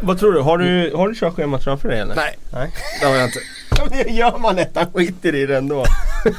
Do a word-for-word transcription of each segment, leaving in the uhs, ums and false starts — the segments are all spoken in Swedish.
Vad tror du? Har du, har du körschemat framför dig eller? Nej, Nej. det har jag inte. Det gör man nästan, skiter i det ändå.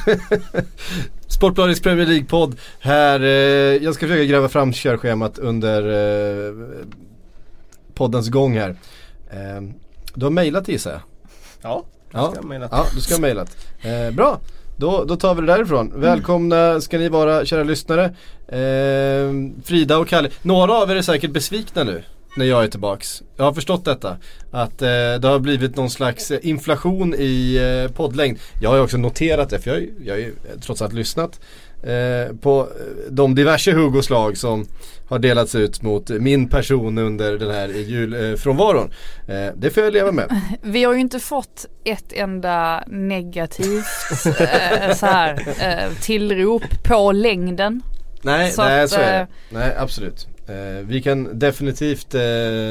Sportbladets Premier League-podd här. Eh, jag ska försöka gräva fram körschemat under eh, poddens gång här. Eh, du har mejlat, gissar jag. Ja, ja. ska mejlat. Ja, du ska ha mejlat. Eh, bra, då, då tar vi det därifrån. Mm. Välkomna ska ni vara, kära lyssnare. Eh, Frida och Kalle. Några av er är säkert besvikna nu när jag är tillbaks. Jag har förstått detta. Att eh, det har blivit någon slags inflation i eh, poddlängd. Jag har ju också noterat det, för jag, jag har ju trots allt lyssnat eh, på de diverse huggoslag som har delats ut mot min person under den här julfrånvaron. Eh, det får jag leva med. Vi har ju inte fått ett enda negativt eh, så här, eh, tillrop på längden. Nej, så nej att, så är det. Eh, Nej, absolut. Eh, vi kan definitivt eh,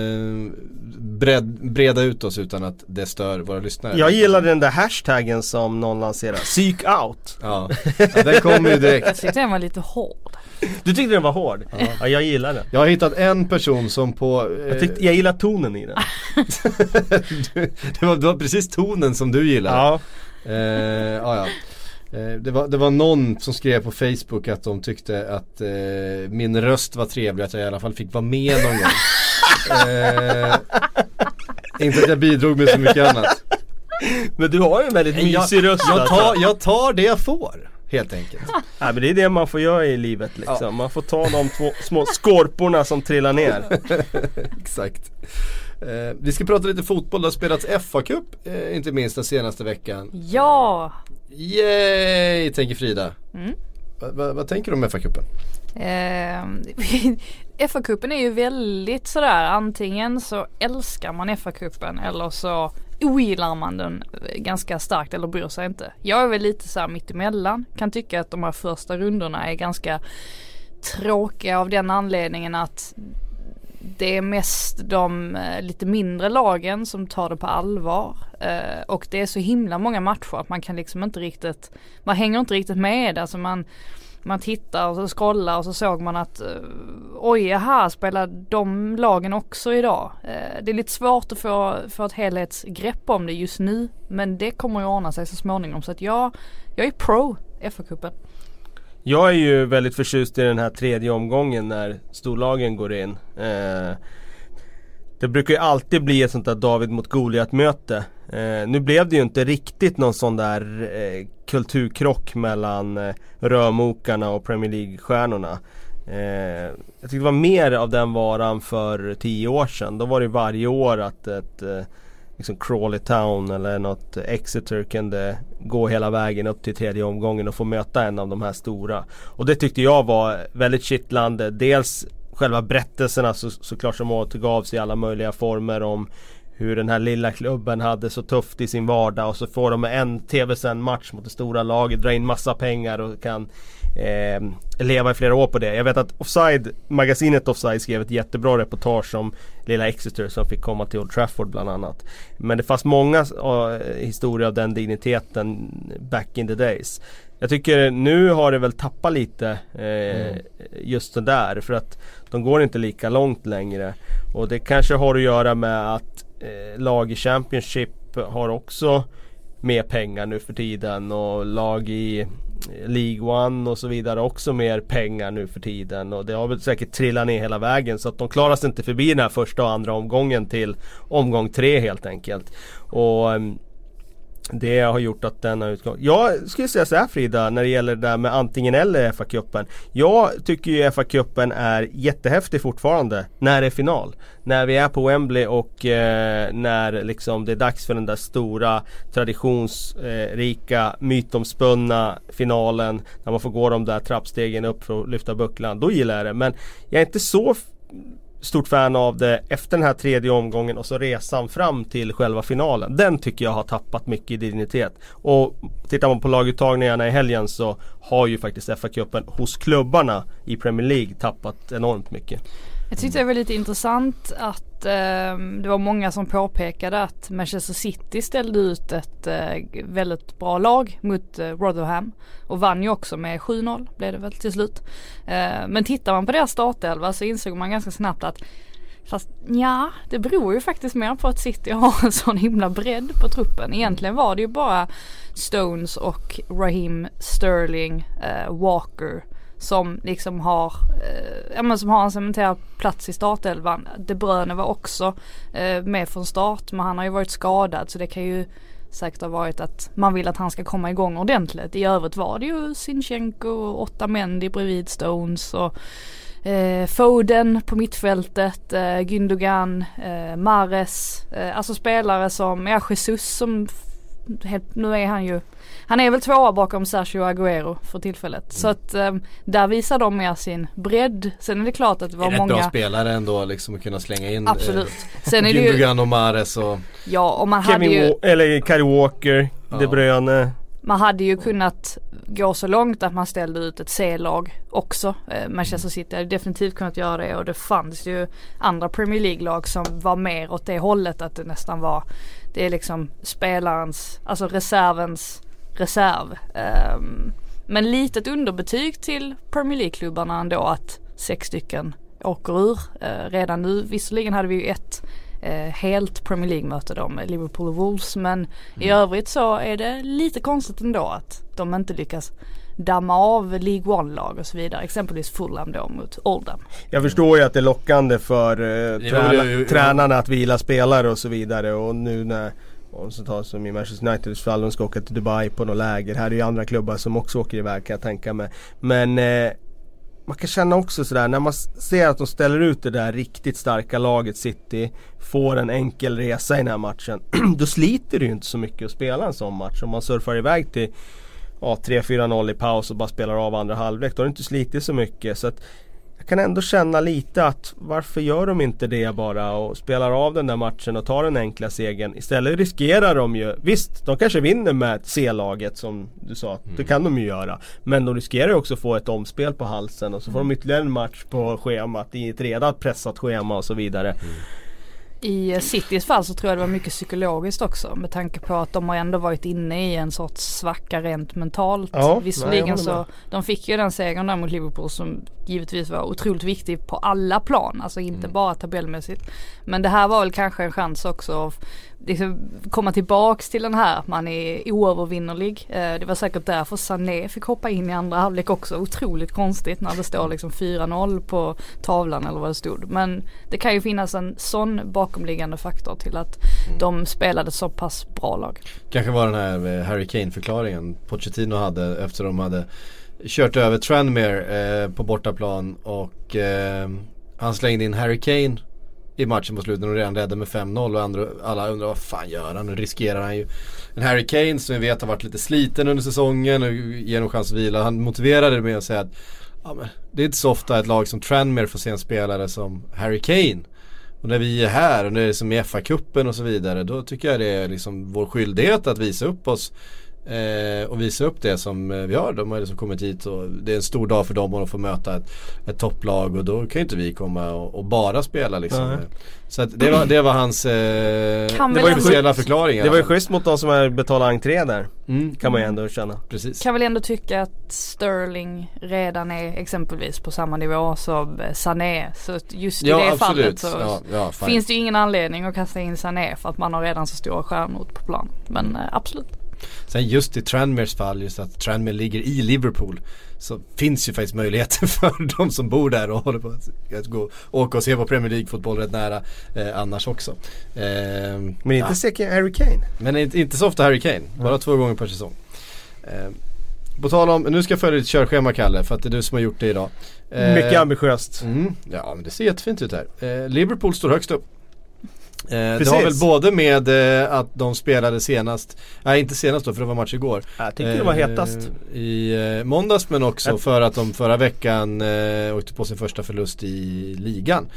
bred, breda ut oss utan att det stör våra lyssnare. Jag gillar den där hashtaggen som någon lanserar. Psyk out. Ja, ja, den kommer ju direkt. Jag tyckte den var lite hård. Du tyckte den var hård? Ja, ja, jag gillar den. Jag har hittat en person som på... Eh, jag, tyckte, jag gillar tonen i den. du, det, var, det var precis tonen som du gillar. Ja. Eh, ja, ja. Det var, det var någon som skrev på Facebook att de tyckte att eh, min röst var trevlig, att jag i alla fall fick vara med någon gång. eh, inte att jag bidrog med så mycket annat. Men du har ju en väldigt mysig röst. Jag tar, jag tar det jag får, helt enkelt. Ja, men det är det man får göra i livet liksom. Ja. Man får ta de två små skorporna som trillar ner. Exakt. Eh, vi ska prata lite fotboll. Det har spelats F A-cup, eh, inte minst den senaste veckan. Ja! Yay, tänker Frida. Mm. Va, va, vad tänker du om F A-cupen? Eh, F A-cupen är ju väldigt sådär, antingen så älskar man F A-cupen eller så ogillar man den ganska starkt eller bryr sig inte. Jag är väl lite såhär mitt emellan. Kan tycka att de här första rundorna är ganska tråkiga av den anledningen att det är mest de eh, lite mindre lagen som tar det på allvar. Eh, och det är så himla många matcher att man kan liksom inte riktigt, man hänger inte riktigt med. Alltså man, man tittar och så scrollar och så såg man att eh, oj, här spelar de lagen också idag. Eh, det är lite svårt att få, få ett helhetsgrepp om det just nu, men det kommer ju ordna sig så småningom. Så att jag, jag är pro F A-cupen. Jag är ju väldigt förtjust i den här tredje omgången när storlagen går in. Eh, det brukar ju alltid bli ett sånt där David mot Goliat-möte. Eh, nu blev det ju inte riktigt någon sån där eh, kulturkrock mellan eh, rörmokarna och Premier League-stjärnorna. Eh, jag tyckte det var mer av den varan för tio år sedan. Då var det varje år att ett... Eh, liksom Crawley Town eller något Exeter kunde gå hela vägen upp till tredje omgången och få möta en av de här stora. Och det tyckte jag var väldigt kittlande. Dels själva berättelserna så, såklart som återgavs i alla möjliga former om hur den här lilla klubben hade så tufft i sin vardag, och så får de en tv-sänd match mot det stora laget, dra in massa pengar och kan eh, leva i flera år på det. Jag vet att Offside, magasinet Offside skrev ett jättebra reportage om lilla Exeter som fick komma till Old Trafford bland annat. Men det fanns många uh, historier av den digniteten back in the days. Jag tycker nu har det väl tappat lite eh, mm. just det där, för att de går inte lika långt längre, och det kanske har att göra med att eh, lag i Championship har också mer pengar nu för tiden, och lag i League One och så vidare också mer pengar nu för tiden, och det har väl säkert trillat ner hela vägen, så att de klarar sig inte förbi den här första och andra omgången till omgång tre helt enkelt. Och det har gjort att den har utgått. Jag skulle säga så här, Frida, när det gäller det där med antingen eller F A-cupen. Jag tycker ju F A-cupen är jättehäftig fortfarande när det är final. När vi är på Wembley och eh, när liksom det är dags för den där stora traditionsrika, eh, mytomspunna finalen, när man får gå de där trappstegen upp för att lyfta bucklan. Då gillar jag det, men jag är inte så f- stort fan av det efter den här tredje omgången och så resan fram till själva finalen. Den tycker jag har tappat mycket i dignitet. Och tittar man på laguttagningarna i helgen så har ju faktiskt F A-cupen hos klubbarna i Premier League tappat enormt mycket. Jag tyckte det var lite intressant att eh, det var många som påpekade att Manchester City ställde ut ett eh, väldigt bra lag mot eh, Rotherham och vann ju också med sju noll blev det väl till slut. Eh, men tittar man på deras startelva så insåg man ganska snabbt att Fast ja, det beror ju faktiskt mer på att City har en sån himla bredd på truppen. Egentligen var det ju bara Stones och Raheem Sterling, eh, Walker som liksom har eh, ja, men som har en cementerad plats i startelvan. De Bruyne var också eh, med från start, men han har ju varit skadad, så det kan ju säkert ha varit att man vill att han ska komma igång ordentligt. I övrigt var det ju Zinchenko och åtta Mendy bredvid Stones och Eh, Foden på mittfältet, eh, Gündogan, eh, Mahrez, eh, alltså spelare som, ja, Jesus som f- helt, nu är han ju, han är väl tvåa bakom Sergio Aguero för tillfället. Mm. Så att eh, där visar de med sin bredd. Sen är det klart att det var det är många rätt bra spelare ändå liksom att kunna slänga in. Absolut. Eh, Sen är det ju Gündogan och Mahrez och ja, och man Kevin hade ju Wa- eller Kyle Walker, ja. De Bruyne. Man hade ju kunnat gå så långt att man ställde ut ett C-lag också. Eh, Manchester City hade definitivt kunnat göra det, och det fanns ju andra Premier League-lag som var mer åt det hållet, att det nästan var, det är liksom spelarens, alltså reservens reserv. Eh, men litet underbetyg till Premier League-klubbarna ändå att sex stycken åker ur eh, redan nu. Visserligen hade vi ju ett Eh, helt Premier League-möte då med Liverpool och Wolves, men mm. i övrigt så är det lite konstigt ändå att de inte lyckas damma av League One-lag och så vidare, exempelvis Fulham då mot Oldham. Jag förstår ju att det är lockande för eh, träna, jo, jo, jo. tränarna att vila spelare och så vidare, och nu när, och så tar som i Manchester Uniteds fall, de ska åka till Dubai på något läger. Här är ju andra klubbar som också åker iväg, kan jag tänka mig. Men eh, man kan känna också sådär, när man ser att de ställer ut det där riktigt starka laget City, får en enkel resa i den här matchen, då sliter det ju inte så mycket att spela en sån match. Om man surfar iväg till ja, tre fyra noll i paus och bara spelar av andra halvlek, då har det inte slitit så mycket. Så att jag kan ändå känna lite att varför gör de inte det bara och spelar av den där matchen och tar den enkla segern. Istället riskerar de ju, visst de kanske vinner med C-laget som du sa, mm. det kan de ju göra, men de riskerar ju också att få ett omspel på halsen, och så får mm. de ytterligare en match på schemat i ett redan pressat schema och så vidare. Mm. I Citys fall så tror jag det var mycket psykologiskt också, med tanke på att de har ändå varit inne i en sorts svacka rent mentalt. Ja, visserligen nej, så de fick ju den segern där mot Liverpool som givetvis var otroligt viktig på alla plan, alltså inte mm. bara tabellmässigt. Men det här var väl kanske en chans också att liksom komma tillbaks till den här att man är oövervinnerlig. Det var säkert därför Sané fick hoppa in i andra halvlek också. Otroligt konstigt när det står liksom fyra noll på tavlan eller vad det stod. Men det kan ju finnas en sån bakomliggande faktor till att mm. de spelade så pass bra lag. Kanske var den här Harry Kane-förklaringen Pochettino hade efter de hade kört över Tranmere eh, på bortaplan, och eh, han slängde in Harry Kane i matchen på slutet och redan ledde med fem noll, och andra, alla undrar vad fan gör han? Nu riskerar han ju en Harry Kane som vi vet har varit lite sliten under säsongen och ger en chans att vila. Han motiverade det med att säga att ja, men det är inte så ofta ett lag som Tranmere får se en spelare som Harry Kane. Och när vi är här och det är som i F A-cupen och så vidare, då tycker jag det är liksom vår skyldighet att visa upp oss eh, och visa upp det som vi har. De har liksom kommit hit och det är en stor dag för dem att få möta ett, ett topplag, och då kan ju inte vi komma och, och bara spela liksom. Mm. Så att det, var, det var hans eh, det var ju speciella förklaringar. Det var ju schysst mot de som har betalat entré där. Mm. Kan man ju ändå känna. Precis. Kan väl ändå tycka att Sterling redan är exempelvis på samma nivå som Sané. Så just i ja, det absolut. fallet så ja, ja, finns det ju ingen anledning att kasta in Sané för att man har redan så stora stjärnor på plan. Men mm. absolut. Sen just i Tranmeres fall, just att Tranmere ligger i Liverpool, så finns ju faktiskt möjligheter för de som bor där och håller på att gå, åka och se på Premier League-fotboll rätt nära eh, annars också. Eh, men inte ja. säkert Harry Kane. Men inte, inte så ofta Harry Kane, bara mm. två gånger per säsong. Eh, på tal om, nu ska jag följa ditt körschema, Kalle, för att det är du som har gjort det idag. Eh, Mycket ambitiöst. Mm, ja, men det ser jättefint ut här. Eh, Liverpool står högst upp. Eh, det har väl både med eh, att de spelade senast, nej inte senast då för det var match igår. Jag tycker eh, det var hetast i eh, måndags, men också jag... för att de förra veckan eh, åkte på sin första förlust i ligan.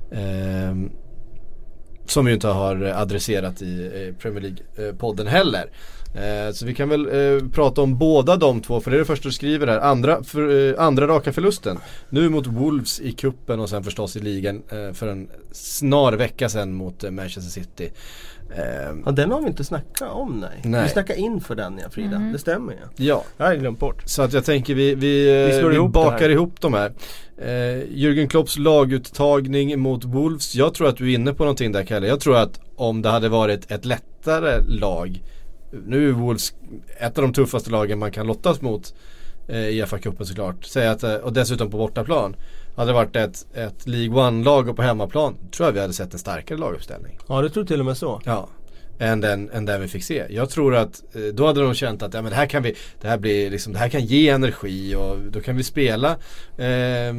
Eh, som ju inte har adresserat i eh, Premier League-podden heller. Eh, så vi kan väl eh, prata om båda de två, för det är det första du skriver här. Andra, för, eh, andra raka förlusten. Nu mot Wolves i kuppen och sen förstås i ligan eh, för en snar vecka sedan mot eh, Manchester City. Eh, ja, den har vi inte snackat om, nej. nej. Vi snackar in för den, ja, Frida. Mm. Det stämmer ja. Ja. Jag har glömt bort. Så att jag tänker vi, vi, vi, vi ihop bakar ihop de här. Eh, Jürgen Klopps laguttagning mot Wolves. Jag tror att du är inne på någonting där, Kalle. Jag tror att om det hade varit ett lättare lag, nu är Wolves ett av de tuffaste lagen man kan lottas mot eh, i F A-cupen såklart. Säg att, och dessutom på bortaplan. Hade det varit ett, ett League One-lag och på hemmaplan, tror jag vi hade sett en starkare laguppställning. Ja, det tror till och med så. Ja, än den, än den vi fick se. Jag tror att eh, då hade de känt att ja, men det här kan vi, det här blir liksom, det här kan ge energi och då kan vi spela eh,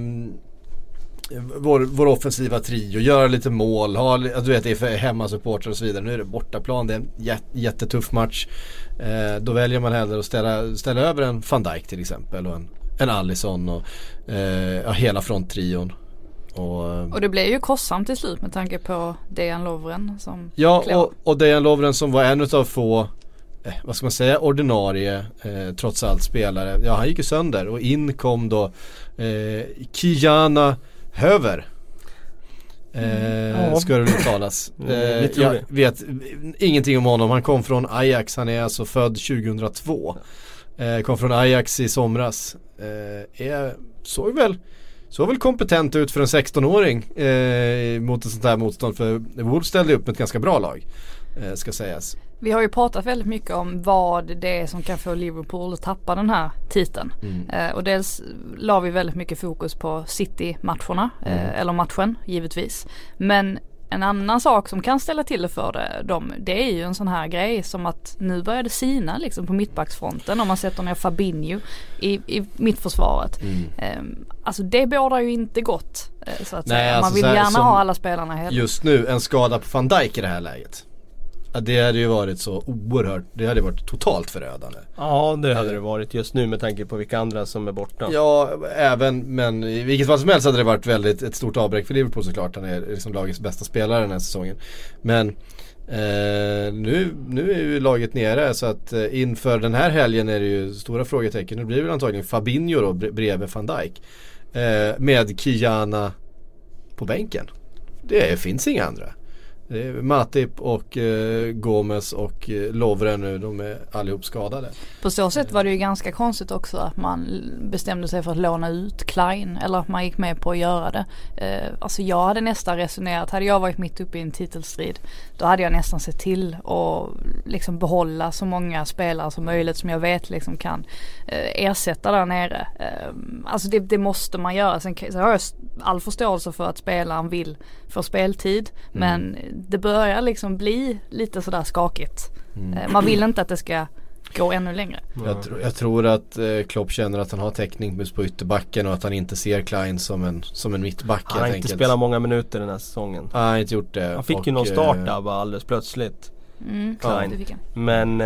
vår, vår offensiva trio, göra lite mål, ha, du vet, det är för hemmasupportrar och så vidare. Nu är det bortaplan, det är en jät, jättetuff match. Eh, då väljer man hellre att ställa, ställa över en Van Dijk till exempel och en, en Alisson och eh, ja, hela fronttrion. Och, och det blev ju kostsamt till slut med tanke på Dejan Lovren som ja, och, och Dejan Lovren som var en utav få eh, vad ska man säga, ordinarie eh, trots allt spelare. Ja, han gick ju sönder och in kom då eh, Kijana Höver. Eh, mm. Ska det uttalas. eh, jag vet ingenting om honom. Han kom från Ajax. Han är alltså född tjugohundratvå. eh, Kom från Ajax i somras. eh, är, Såg väl Såg väl kompetent ut för en sexton-åring eh, mot ett sånt här motstånd. För Wolves ställde upp med ett ganska bra lag, eh, ska sägas. Vi har ju pratat väldigt mycket om vad det är som kan få Liverpool att tappa den här titeln. Mm. Eh, och dels la vi väldigt mycket fokus på City-matcherna, mm. eh, eller matchen givetvis. Men en annan sak som kan ställa till det för det, dem, det är ju en sån här grej som att nu börjar det sina liksom på mittbacksfronten om man sätter ner Fabinho i, i mittförsvaret. Mm. Eh, alltså det bådar ju inte gott, eh, så att Nej, säga. Alltså man vill här, gärna ha alla spelarna hela. Just nu, en skada på Van Dijk i det här läget. Ja, det hade ju varit så oerhört, det hade varit totalt förödande. Ja, det hade det varit just nu med tanke på vilka andra som är borta. Ja, även, men i vilket fall som helst hade det varit väldigt ett stort avbräck för Liverpool såklart. Han är liksom lagets bästa spelare den här säsongen. Men eh, nu, nu är ju laget nere, så att eh, inför den här helgen är det ju stora frågetecken. Nu blir det väl antagligen Fabinho då bredvid Van Dijk eh, med Kijana på bänken. Det finns inga andra. Det är Matip och eh, Gomez och eh, Lovren nu, de är allihop skadade. På så sätt var det ju ganska konstigt också att man bestämde sig för att låna ut Klein, eller att man gick med på att göra det. Eh, alltså jag hade nästan resonerat, hade jag varit mitt uppe i en titelstrid, då hade jag nästan sett till att liksom behålla så många spelare som möjligt som jag vet liksom kan eh, ersätta där nere. Eh, alltså det, det måste man göra. Sen så har jag all förståelse för att spelaren vill få speltid, mm. men det börjar liksom bli lite sådär skakigt. Mm. Man vill inte att det ska gå ännu längre. Jag, tro, jag tror att eh, Klopp känner att han har täckning på ytterbacken och att han inte ser Klein som en, som en mittback. Han har inte enkelt. spelat många minuter den här säsongen. Han har inte gjort det. Han fick och, ju någon start där bara alldeles plötsligt. Mm, Klein. Ja. Men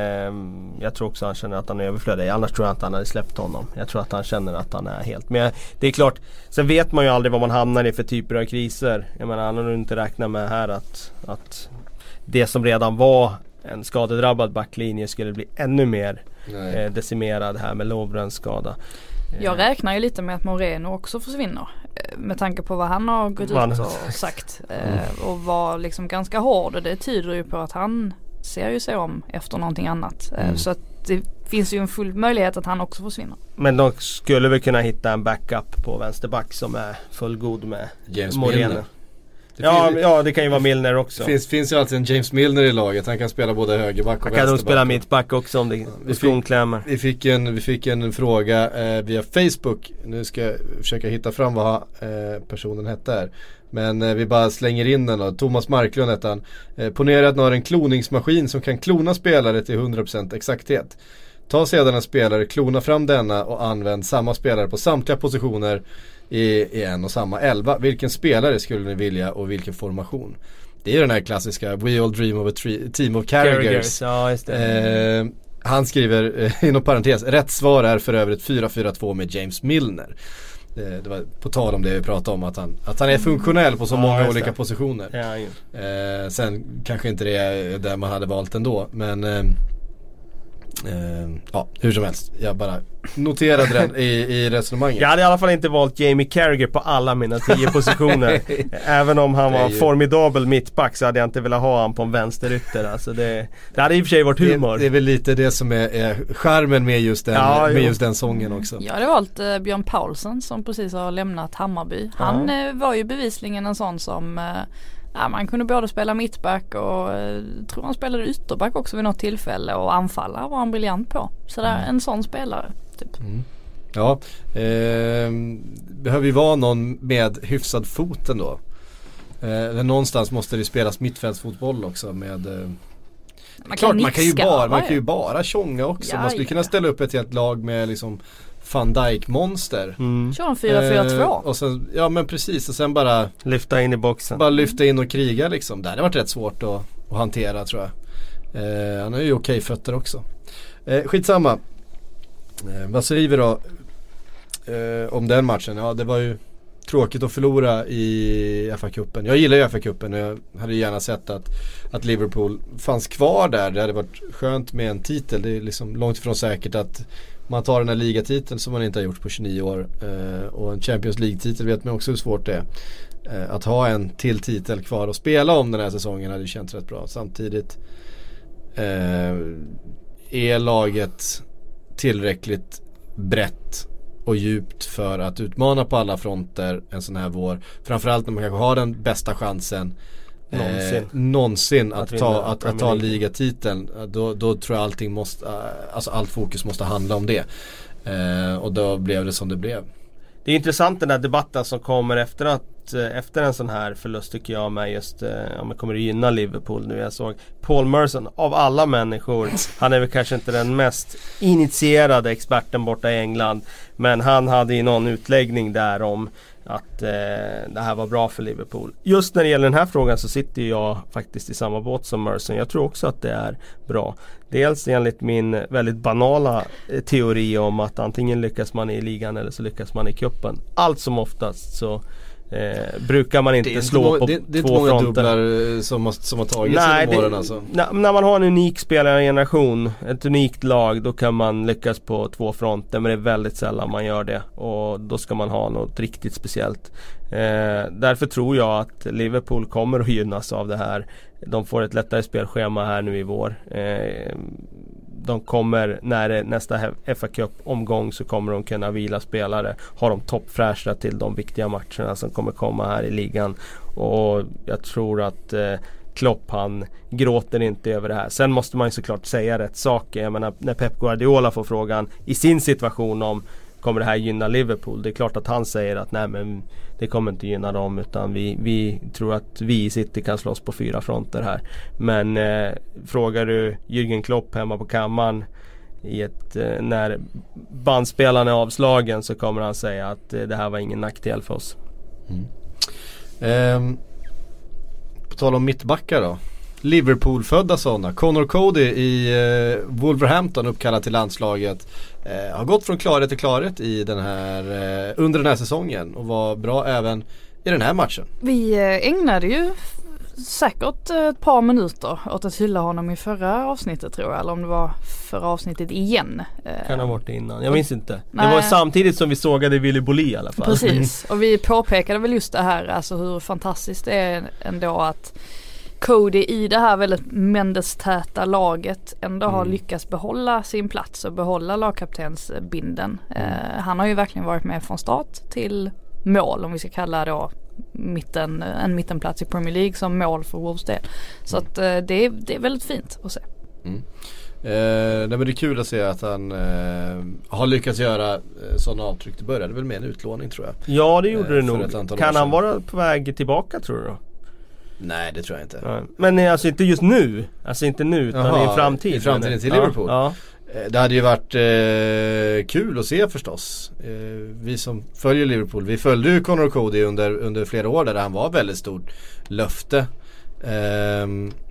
eh, jag tror också han känner att han är överflödig. Annars tror jag inte han hade släppt honom. Jag tror att han känner att han är helt. Men det är klart, sen vet man ju aldrig vad man hamnar i för typer av kriser. Jag menar, han har inte räknat med här att, att det som redan var en skadedrabbad backlinje skulle bli ännu mer eh, decimerad här med Lovrens skada. Jag räknar ju lite med att Moreno också försvinner, med tanke på vad han har gått ut och sagt mm. och var liksom ganska hård, och det tyder ju på att han ser ju sig om efter någonting annat. Mm. Så att det finns ju en full möjlighet att han också försvinner. Men de skulle väl kunna hitta en backup på vänsterback som är fullgod med James Moreno. Milner. Det ja, finns, ja, det kan ju vara Milner också. Det finns, finns ju alltid en James Milner i laget. Han kan spela både högerback och vänsterback. Han kan nog spela mittback också om det vi fick, klämmer. Vi fick en, vi fick en fråga eh, via Facebook. Nu ska jag försöka hitta fram vad eh, personen hette här. Men eh, vi bara slänger in den då. Thomas Marklund hette han. Eh, ponera att ni har en kloningsmaskin som kan klona spelare till hundra procent exakthet. Ta sedan en spelare, klona fram denna och använd samma spelare på samtliga positioner i, i en och samma elva. Vilken spelare skulle ni vilja och vilken formation? Det är den här klassiska We all dream of a tre- team of Carragers. Ja, just det. Eh, han skriver eh, inom parentes, rätt svar är för övrigt fyra fyra två med James Milner. Eh, det var på tal om det vi pratade om, att han, att han är funktionell på så ja, många olika positioner. Ja, eh, sen kanske inte det är där man hade valt ändå, men eh, Uh, ja, hur som helst. Jag bara noterade den i, i resonemanget. Jag hade i alla fall inte valt Jamie Carragher på alla mina tio positioner. Även om han var ju formidabel mittback så hade jag inte velat ha han på en vänsterytter. Alltså det, det hade i och för sig varit humor. Det, det är väl lite det som är, är charmen med just den, ja, med just den sången också. Jag hade valt uh, Björn Paulsen som precis har lämnat Hammarby. Han uh, var ju bevisligen en sån som... Uh, Ja, man kunde både spela mittback och eh, tror han spelade ytterback också vid något tillfälle och anfalla var han briljant på. Så där, en sån spelare typ. Mm. Ja, eh, behöver ju vara någon med hyfsad fot ändå. Eh, någonstans måste det spelas mittfältsfotboll också med eh, man, klart, kan man kan ju bara man ja. kan ju bara tjonga också. Ja, man skulle ja. kunna ställa upp ett helt lag med liksom Van Dijk-monster. Mm. Kör en fyra fyra två. Eh, och sen, ja men precis, och sen bara lyfta in i boxen. Bara lyfta in och kriga liksom. Det hade varit rätt svårt att, att hantera tror jag. Eh, han har ju okej fötter också. Eh, skitsamma. Eh, vad säger vi då eh, om den matchen? Ja, det var ju tråkigt att förlora i F A-cupen. Jag gillar ju F A-cupen och jag hade gärna sett att, att Liverpool fanns kvar där. Det hade varit skönt med en titel. Det är liksom långt ifrån säkert att man tar den här ligatiteln som man inte har gjort på tjugonio år eh, och en Champions League-titel vet man också hur svårt det är. Eh, att ha en till titel kvar och spela om den här säsongen hade ju känts rätt bra. Samtidigt eh, är laget tillräckligt brett och djupt för att utmana på alla fronter en sån här vår. Framförallt när man kanske har den bästa chansen någonsin, eh, någonsin att, att ta, att, att ta ligatiteln. Då, då tror jag allting måste, alltså allt fokus måste handla om det. Eh, och då blev det som det blev. Det är intressant den här debatten som kommer efter att efter en sån här förlust tycker jag med just, ja men kommer det gynna Liverpool nu. Jag såg Paul Merson av alla människor, han är väl kanske inte den mest initierade experten borta i England, men han hade ju någon utläggning där om att eh, det här var bra för Liverpool. Just när det gäller den här frågan så sitter jag faktiskt i samma båt som Merson. Jag tror också att det är bra. Dels enligt min väldigt banala eh, teori om att antingen lyckas man i ligan eller så lyckas man i cupen. Allt som oftast så Eh, brukar man inte det slå inte, på det, det är två inte många fronter. dubblar som har, som har tagits Nej, genom åren det, alltså. när, när man har en unik spelargeneration, ett unikt lag, då kan man lyckas på två fronter, men det är väldigt sällan man gör det och då ska man ha något riktigt speciellt. Eh, därför tror jag att Liverpool kommer att gynnas av det här. De får ett lättare spelschema här nu i vår. Eh, de kommer, när det nästa F A-cup-omgång så kommer de kunna vila spelare. Har de toppfräscha till de viktiga matcherna som kommer komma här i ligan. Och jag tror att eh, Klopp, han gråter inte över det här. Sen måste man ju såklart säga rätt saker. Jag menar, när Pep Guardiola får frågan i sin situation om kommer det här gynna Liverpool, det är klart att han säger att nej, men det kommer inte gynna dem, utan vi, vi tror att vi i City kan slåss på fyra fronter här. Men eh, frågar du Jürgen Klopp hemma på kammaren i ett, eh, när bandspelaren är avslagen, så kommer han säga att eh, det här var ingen nackdel för oss. Mm. Ehm, på tal om mittbackar då, Liverpool-födda sådana. Connor Cody i eh, Wolverhampton, uppkallad till landslaget, eh, har gått från klarhet till klarhet i den här, eh, under den här säsongen och var bra även i den här matchen. Vi eh, ägnade ju säkert ett par minuter åt att hylla honom i förra avsnittet tror jag, eller om det var förra avsnittet igen. Kan ha varit det innan, jag minns inte. Nej. Det var samtidigt som vi sågade Willy Bolli i alla fall. Precis, och vi påpekade väl just det här, alltså hur fantastiskt det är ändå att Cody i det här väldigt Mendes-täta laget ändå mm. har lyckats behålla sin plats och behålla lagkaptensbinden. Mm. Eh, han har ju verkligen varit med från start till mål, om vi ska kalla då mitten, en mittenplats i Premier League som mål för Wolves del. Så mm. att eh, det, är, det är väldigt fint att se. Mm. Eh, nej, men det är kul att se att han eh, har lyckats göra eh, sådana avtryck. Det började väl med en utlåning tror jag. Ja, det gjorde eh, det nog. Kan han vara på väg tillbaka tror du då? Nej, det tror jag inte. Ja. Men alltså inte just nu. Alltså inte nu utan Jaha, i framtiden. I framtiden till Liverpool. Ja. Ja. Det hade ju varit eh, kul att se förstås. Eh, vi som följer Liverpool, vi följde ju Connor Cody under, under flera år där han var väldigt stort löfte. Eh,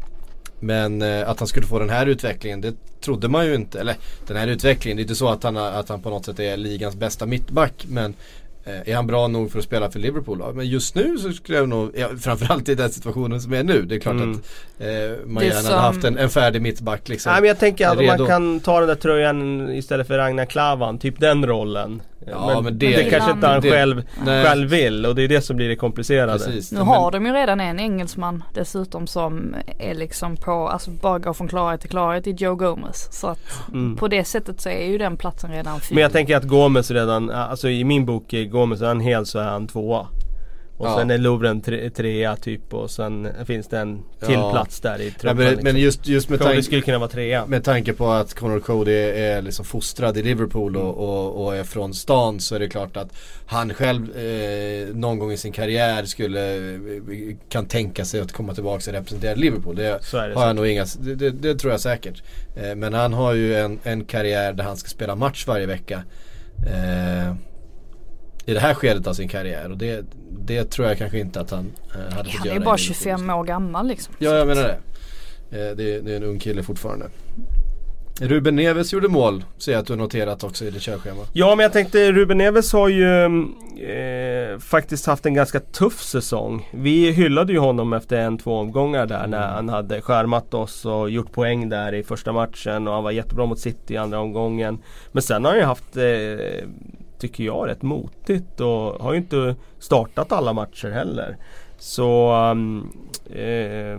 men eh, att han skulle få den här utvecklingen, det trodde man ju inte. Eller den här utvecklingen, det är inte så att han, att han på något sätt är ligans bästa mittback. Men Är han bra nog för att spela för Liverpool? Ja, men just nu så skulle jag nog, ja, framförallt i den situationen som är nu, det är klart mm. att eh, man gärna som... hade haft en, en färdig mittback liksom. Nej, men jag tänker att man kan ta den där tröjan istället för Ragnar Klavan, typ den rollen. Ja, men, men det, det kanske inte han det, själv, själv vill, och det är det som blir det komplicerade. Precis. Nu men, har de ju redan en engelsman dessutom som är liksom på, alltså bara går från klarhet till klarhet i Joe Gomez. Så att mm. på det sättet så är ju den platsen redan fin. Men jag tänker att Gomez redan, alltså i min bok är Gomez, är han hel så är han tvåa. Och ja. sen är Lovren tre, trea typ, och sen finns det en till ja. plats där i trumpan. Ja, men, men just, just med tanke, skulle kunna vara trea. Med tanke på att Conor Cody är, är liksom fostrad i Liverpool och, och, och är från stan, så är det klart att han själv eh, någon gång i sin karriär skulle kan tänka sig att komma tillbaka och representera Liverpool. Det, det har jag nog inga, det, det, det tror jag säkert. Eh, men han har ju en, en karriär där han ska spela match varje vecka. Eh, i det här skedet av sin karriär, och det, det tror jag kanske inte att han eh, hade fått göra. Han är bara tjugofem år gammal liksom. Ja, jag menar det. Eh, det, det är en ung kille fortfarande. Ruben Neves gjorde mål, ser jag att du har noterat också i det körschema. Ja, men jag tänkte, Ruben Neves har ju eh, faktiskt haft en ganska tuff säsong. Vi hyllade ju honom efter en, två omgångar där mm. när han hade skärmat oss och gjort poäng där i första matchen, och han var jättebra mot City i andra omgången. Men sen har han ju haft eh, tycker jag rätt motigt och har ju inte startat alla matcher heller. Så um, eh,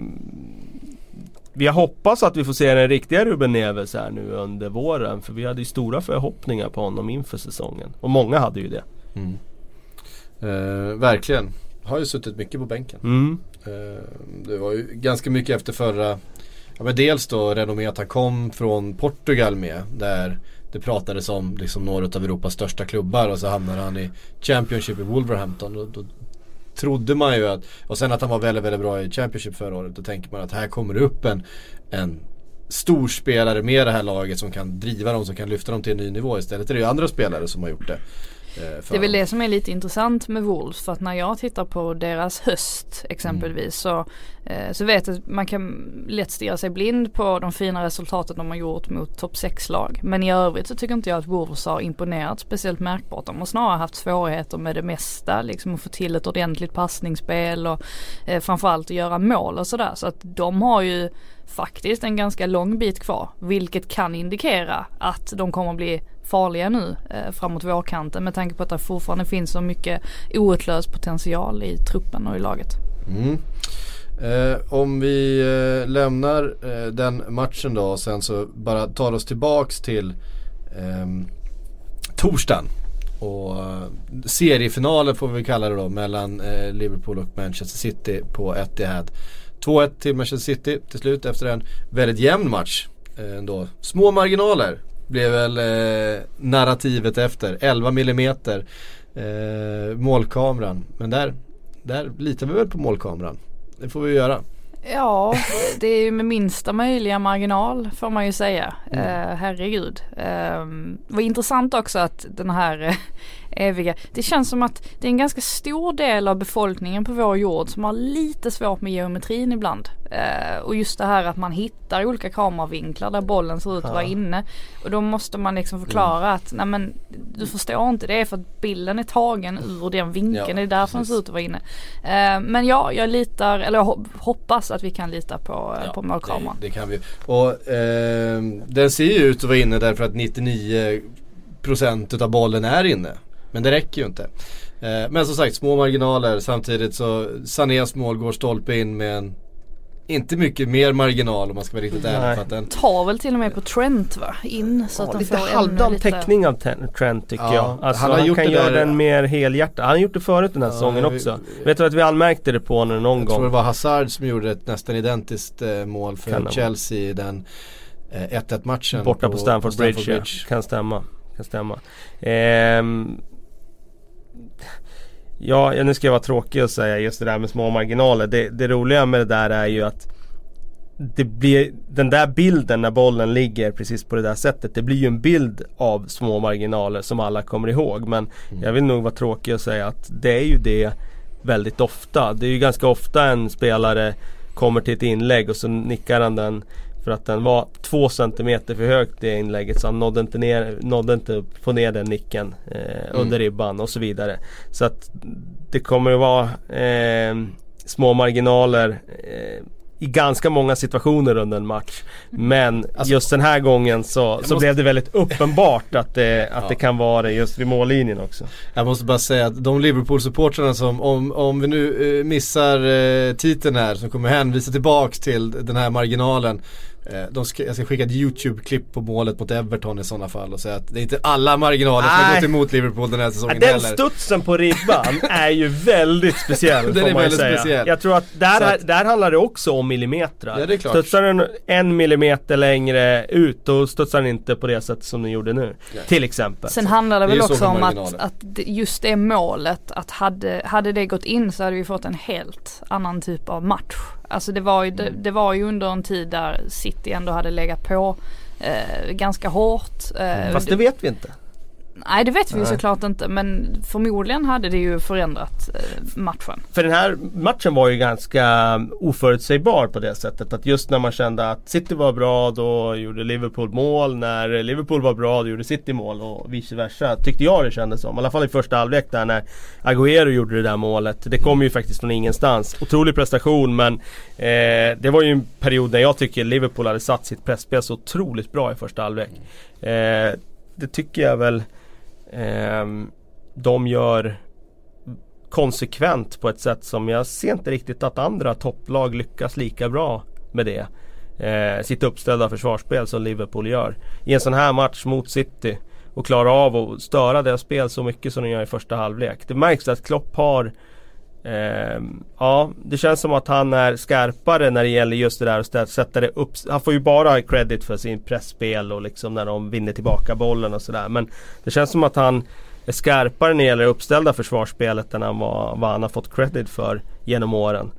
vi har hoppats att vi får se den riktiga Ruben Neves här nu under våren, för vi hade ju stora förhoppningar på honom inför säsongen, och många hade ju det. Mm. Eh, verkligen. Har ju suttit mycket på bänken. Mm. Eh, det var ju ganska mycket efter förra, ja, men dels då renommé att han kom från Portugal med, där det pratades om liksom några av Europas största klubbar, och så hamnade han i Championship i Wolverhampton. Då, då trodde man ju att, och sen att han var väldigt, väldigt bra i Championship förra året, då tänker man att här kommer det upp en, en stor spelare med det här laget som kan driva dem, som kan lyfta dem till en ny nivå. Istället är det ju andra spelare som har gjort det. Det är väl det som är lite intressant med Wolves, för att när jag tittar på deras höst exempelvis mm. så, eh, så vet jag att man kan lätt stirra sig blind på de fina resultaten de har gjort mot topp sex-lag. Men i övrigt så tycker inte jag att Wolves har imponerat speciellt märkbart. De har snarare haft svårigheter med det mesta, liksom att få till ett ordentligt passningsspel och eh, framförallt att göra mål och sådär. Så att de har ju faktiskt en ganska lång bit kvar, vilket kan indikera att de kommer att bli farliga nu eh, framåt vårkanten, med tanke på att det fortfarande finns så mycket outlöst potential i truppen och i laget. Mm. Eh, om vi eh, lämnar eh, den matchen då, och sen så bara tar oss tillbaks till eh, torsdagen och eh, seriefinalen får vi kalla det då, mellan eh, Liverpool och Manchester City på Etihad. två ett till Manchester City till slut efter en väldigt jämn match eh, ändå. Små marginaler blev väl eh, narrativet efter. elva millimeter eh, målkameran. Men där, där litar vi väl på målkameran. Det får vi göra. Ja, det är ju med minsta möjliga marginal får man ju säga. Mm. Uh, herregud. Uh, det var intressant också att den här uh, eviga, det känns som att det är en ganska stor del av befolkningen på vår jord som har lite svårt med geometrin ibland. Uh, och just det här att man hittar olika kameravinklar där bollen ser ut att vara inne. Och då måste man liksom förklara mm. att nej men, du förstår inte, det är för att bilden är tagen ur den vinkeln. Ja, det är därför den ser ut att vara inne. Uh, men ja, jag litar, eller jag hoppas att vi kan lita på, ja, på målkameran. Det, det kan vi. Och eh, den ser ju ut att vara inne därför att nittionio procent av bollen är inne. Men det räcker ju inte. Eh, men som sagt, små marginaler. Samtidigt så Sanés mål går stolpe in med en inte mycket mer marginal om man ska vara riktigt ärlig. För att den tar väl till och med på Trent va? In så ja, att den lite får halvdan lite täckning av Trent tycker ja, jag. Alltså, han har han gjort kan det göra där, den mer helhjärta. Han har gjort det förut den här ja, säsongen också. Vi, Vet du att vi anmärkte det på honom någon jag gång? Jag tror det var Hazard som gjorde ett nästan identiskt eh, mål för kan Chelsea i den eh, ett ett matchen. Borta på, på Stamford, på Stamford Bridge. Bridge. Ja. Kan stämma. Kan stämma. Ehm... Ja, nu ska jag vara tråkig och säga just det där med små marginaler. Det, det roliga med det där är ju att det blir den där bilden när bollen ligger precis på det där sättet. Det blir ju en bild av små marginaler som alla kommer ihåg. Men mm. jag vill nog vara tråkig och säga att det är ju det väldigt ofta. Det är ju ganska ofta en spelare kommer till ett inlägg och så nickar han den För att den var två centimeter för högt det inlägget, så han nådde inte ner, nådde inte upp på ner den nicken eh, mm. under ribban och så vidare. Så att det kommer att vara eh, små marginaler eh, i ganska många situationer under en match. Men alltså, just den här gången så, så måste... blev det väldigt uppenbart att, det, att ja. det kan vara det just vid mållinjen också. Jag måste bara säga att de Liverpool-supportrarna som, om, om vi nu eh, missar eh, titeln här, som kommer hänvisa tillbaks till den här marginalen. Eh, de ska, jag ska skicka ett YouTube-klipp på målet mot Everton i sådana fall och säga att det är inte alla marginaler som har gått emot Liverpool den här säsongen ja, den heller. studsen på ribban är ju väldigt speciell. Den är väldigt säga. speciell. Jag tror att där, att, där handlar det också om millimeter. Ja, det är klart. Studsar den en millimeter längre ut och studsar den inte på det sätt som den gjorde nu. Ja. Till exempel. Sen handlar det, det väl också om att, att just det målet, att hade, hade det gått in så hade vi fått en helt annan typ av match. Alltså det var ju, det, det var ju under en tid där City ändå hade legat på eh, ganska hårt. Eh, Fast det vet vi inte. Nej, det vet vi ju såklart inte, men förmodligen hade det ju förändrat eh, matchen. För den här matchen var ju ganska oförutsägbar på det sättet att just när man kände att City var bra, då gjorde Liverpool mål. När Liverpool var bra, då gjorde City mål och vice versa, tyckte jag det kändes som. I alla fall i första halvlek där när Agüero gjorde det där målet. Det kom ju faktiskt från ingenstans. Otrolig prestation, men eh, det var ju en period när jag tycker Liverpool hade satt sitt pressspel så otroligt bra i första halvlek. Eh, det tycker jag väl Eh, de gör konsekvent på ett sätt som jag ser inte riktigt att andra topplag lyckas lika bra med det. Eh, sitt uppställda försvarsspel som Liverpool gör i en sån här match mot City och klara av att störa deras spel så mycket som de gör i första halvlek. Det märks att Klopp har eh, ja, det känns som att han är skarpare när det gäller just det där att sätta det upp. Han får ju bara credit för sin pressspel och liksom när de vinner tillbaka bollen och sådär, men det känns som att han är skarpare när det gäller uppställda försvarsspelet än vad, vad han har fått credit för genom åren.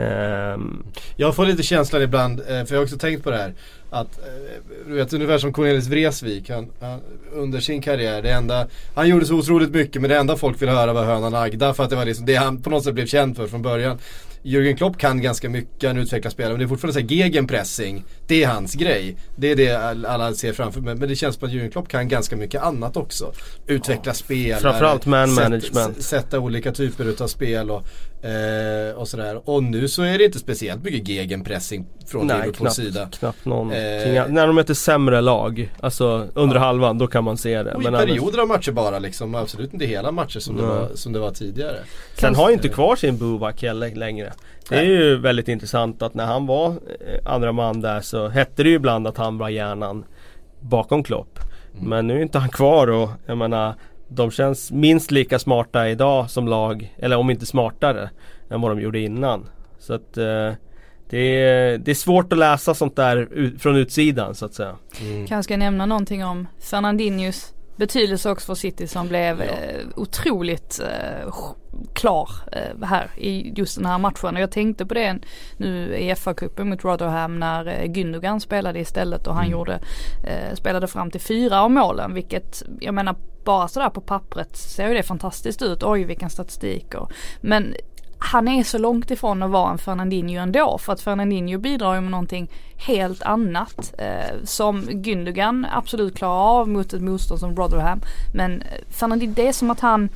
Um, jag får lite känslan ibland, för jag har också tänkt på det här att, du vet, ungefär som Cornelis Vreeswijk han, han, under sin karriär, det enda, han gjorde så otroligt mycket, men det enda folk ville höra var hönan Agda, för att det var liksom det han på något sätt blev känd för från början. Jürgen Klopp kan ganska mycket, han utvecklar spelare, men det är fortfarande så här gegenpressing, det är hans grej, det är det alla ser framför mig, men det känns som att Jürgen Klopp kan ganska mycket annat också, utveckla ja, spel, framförallt man management, sätta, sätta olika typer utav spel och, eh, och sådär, och nu så är det inte speciellt mycket gegenpressing från Liverpools sida. Knappt någon. Eh, när de möter sämre lag, alltså under ja. halvan, då kan man se det. Och men i perioder annars... av matcher bara liksom, absolut inte hela matcher som, mm. det, var, som det var tidigare. Sen har ju inte kvar sin Buvak heller längre. Det är ju väldigt intressant att när han var andra man där så hette det ju ibland att han var hjärnan bakom Klopp. Mm. Men nu är inte han kvar och jag menar, de känns minst lika smarta idag som lag, eller om inte smartare än vad de gjorde innan. Så att eh, det, är, det är svårt att läsa sånt där ut, från utsidan så att säga. Mm. Kanske ska nämna någonting om Fernandinhos betydelse också för City som blev ja. eh, otroligt eh, klar eh, här i just den här matchen. Och jag tänkte på det nu i F A-cupen mot Rotherham när eh, Gündogan spelade istället och han mm. gjorde, eh, spelade fram till fyra av målen, vilket jag menar bara sådär på pappret ser ju det fantastiskt ut. Oj, vilken statistik. Och, men han är så långt ifrån att vara en Fernandinho ändå, för att Fernandinho bidrar ju med någonting helt annat eh, som Gündogan absolut klarar av mot ett motstånd som Rotherham, men Fernandinho, det är som att han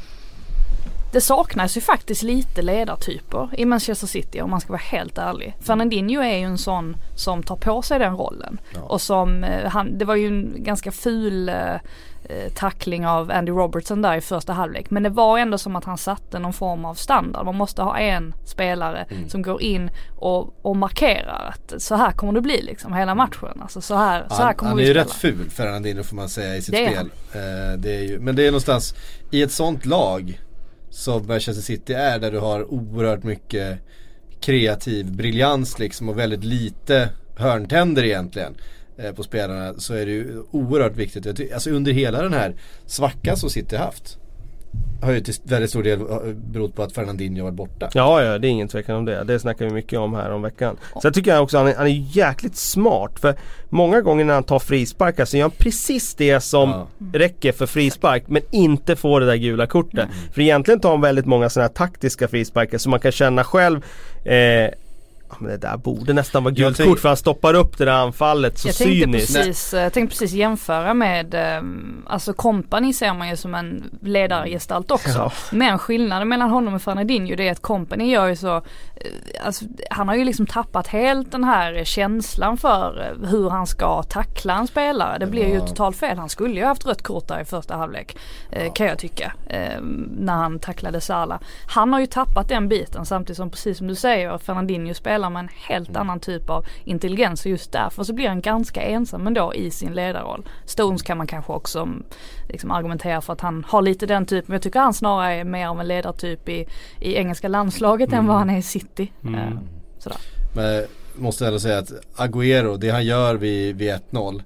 det saknas ju faktiskt lite ledartyper i Manchester City om man ska vara helt ärlig. Fernandinho är ju en sån som tar på sig den rollen ja. och som eh, han, det var ju en ganska ful eh, tackling av Andy Robertson där i första halvlek, men det var ändå som att han satte någon form av standard. Man måste ha en spelare mm. som går in och, och markerar att så här kommer det bli liksom hela matchen, alltså så här, så här kommer han vi spela. Han är ju rätt ful Fernandinho får man säga i sitt det spel eh, det är ju, men det är någonstans i ett sånt lag som Manchester City är, där du har oerhört mycket kreativ briljans liksom och väldigt lite hörntänder egentligen på spelarna, så är det ju oerhört viktigt. Alltså under hela den här svackan som City haft har ju till väldigt stor del berott på att Fernandinho var borta. Ja, ja, det är ingen tvekan om det. Det snackar vi mycket om här om veckan. Sen tycker jag också att han är, han är jäkligt smart, för många gånger när han tar frispark så gör han precis det som ja. räcker för frispark, men inte får det där gula kortet. Mm. För egentligen tar han väldigt många sådana här taktiska frisparkar som man kan känna själv eh, men det där borde nästan vara Jag gult tänk- kort för han stoppar upp det där anfallet så Jag tänkte, cyniskt. precis, jag tänkte precis jämföra med, um, alltså Kompany ser man ju som en ledargestalt också. Ja. Men skillnaden mellan honom och Fernandinho det är att Kompany gör ju så, uh, alltså, han har ju liksom tappat helt den här känslan för uh, hur han ska tackla en spelare. Det blir ju Ja. totalt fel. Han skulle ju haft rött kort där i första halvlek, uh, kan jag tycka, uh, när han tacklade Salah. Han har ju tappat den biten samtidigt som, precis som du säger, Fernandinho spelar med en helt mm. annan typ av intelligens och just därför så blir han ganska ensam ändå i sin ledarroll. Stones kan man kanske också liksom argumentera för att han har lite den typen, men jag tycker han snarare är mer av en ledartyp i, i engelska landslaget mm. än vad han är i City. Mm. Uh, sådär. Men måste ändå säga att Agüero, det han gör vid, vid ett noll,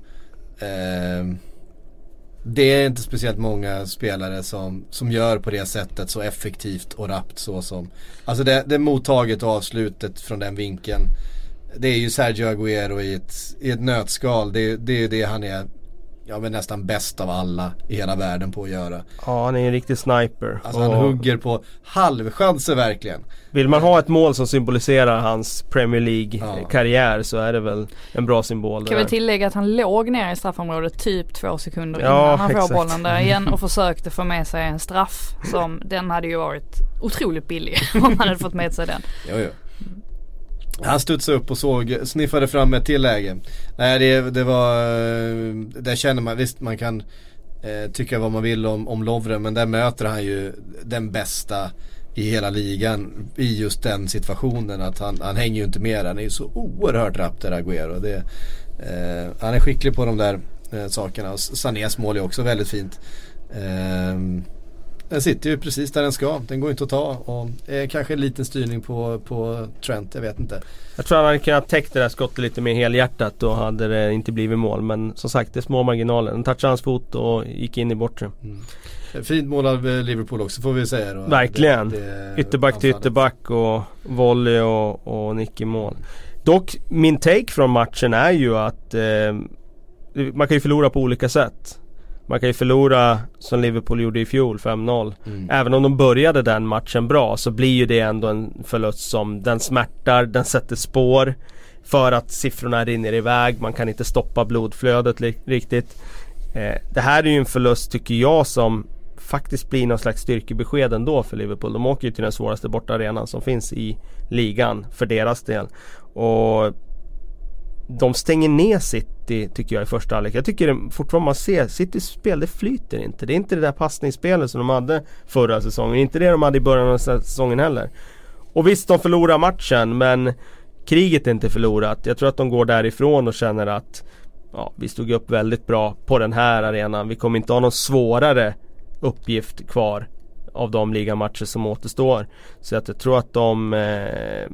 eh, det är inte speciellt många spelare som, som gör på det sättet så effektivt och rappt så som, alltså det, det mottaget och avslutet från den vinkeln, det är ju Sergio Agüero i ett, i ett nötskal. Det, det är ju det han är, ja, men nästan bäst av alla i hela världen på att göra. Ja, han är en riktig sniper. Alltså han och hugger på halvchanser verkligen. vill man ha ett mål som symboliserar hans Premier League-karriär ja. så är det väl en bra symbol. Kan vi tillägga att han låg ner i straffområdet typ två sekunder ja, innan han exakt. får bollen där igen och försökte få med sig en straff som den hade ju varit otroligt billig om han hade fått med sig den. Jo, jo. Han studsade upp och såg, sniffade fram ett till läge. Nej, det, det var, där känner man, visst man kan eh, tycka vad man vill om, om Lovren, men där möter han ju den bästa i hela ligan i just den situationen, att han, han hänger ju inte med, han är ju så oerhört rapp där Agüero. Det, eh, han är skicklig på de där eh, sakerna, och Sanés mål är också väldigt fint. Eh, Den sitter ju precis där den ska. Den går inte att ta. Och är kanske en liten styrning på, på Trent, jag vet inte. Jag tror han hade kunnat täcka det där skottet lite mer helhjärtat. Då hade det inte blivit mål. Men som sagt, det är små marginaler. Den touchade hans fot och gick in i bortre. Mm. Fint mål av Liverpool också, får vi säga då. Verkligen. Det, det ytterback till ytterback och volley och, och nick i mål. Dock, min take från matchen är ju att eh, man kan ju förlora på olika sätt. Man kan ju förlora som Liverpool gjorde i fjol, fem noll. Mm. Även om de började den matchen bra så blir ju det ändå en förlust som den smärtar, den sätter spår för att siffrorna rinner iväg. Man kan inte stoppa blodflödet li- riktigt. Eh, det här är ju en förlust, tycker jag, som faktiskt blir någon slags styrkebesked ändå för Liverpool. De åker ju till den svåraste bortaarenan som finns i ligan för deras del. Och de stänger ner City, tycker jag, i första halvlek. Jag tycker det, fortfarande man ser Citys spel, det flyter inte. Det är inte det där passningsspelet som de hade förra säsongen. Inte det de hade i början av säsongen heller. Och visst, de förlorar matchen, men kriget är inte förlorat. Jag tror att de går därifrån och känner att ja, vi stod upp väldigt bra på den här arenan. Vi kommer inte ha någon svårare uppgift kvar av de ligamatcher som återstår. Så att jag tror att de eh,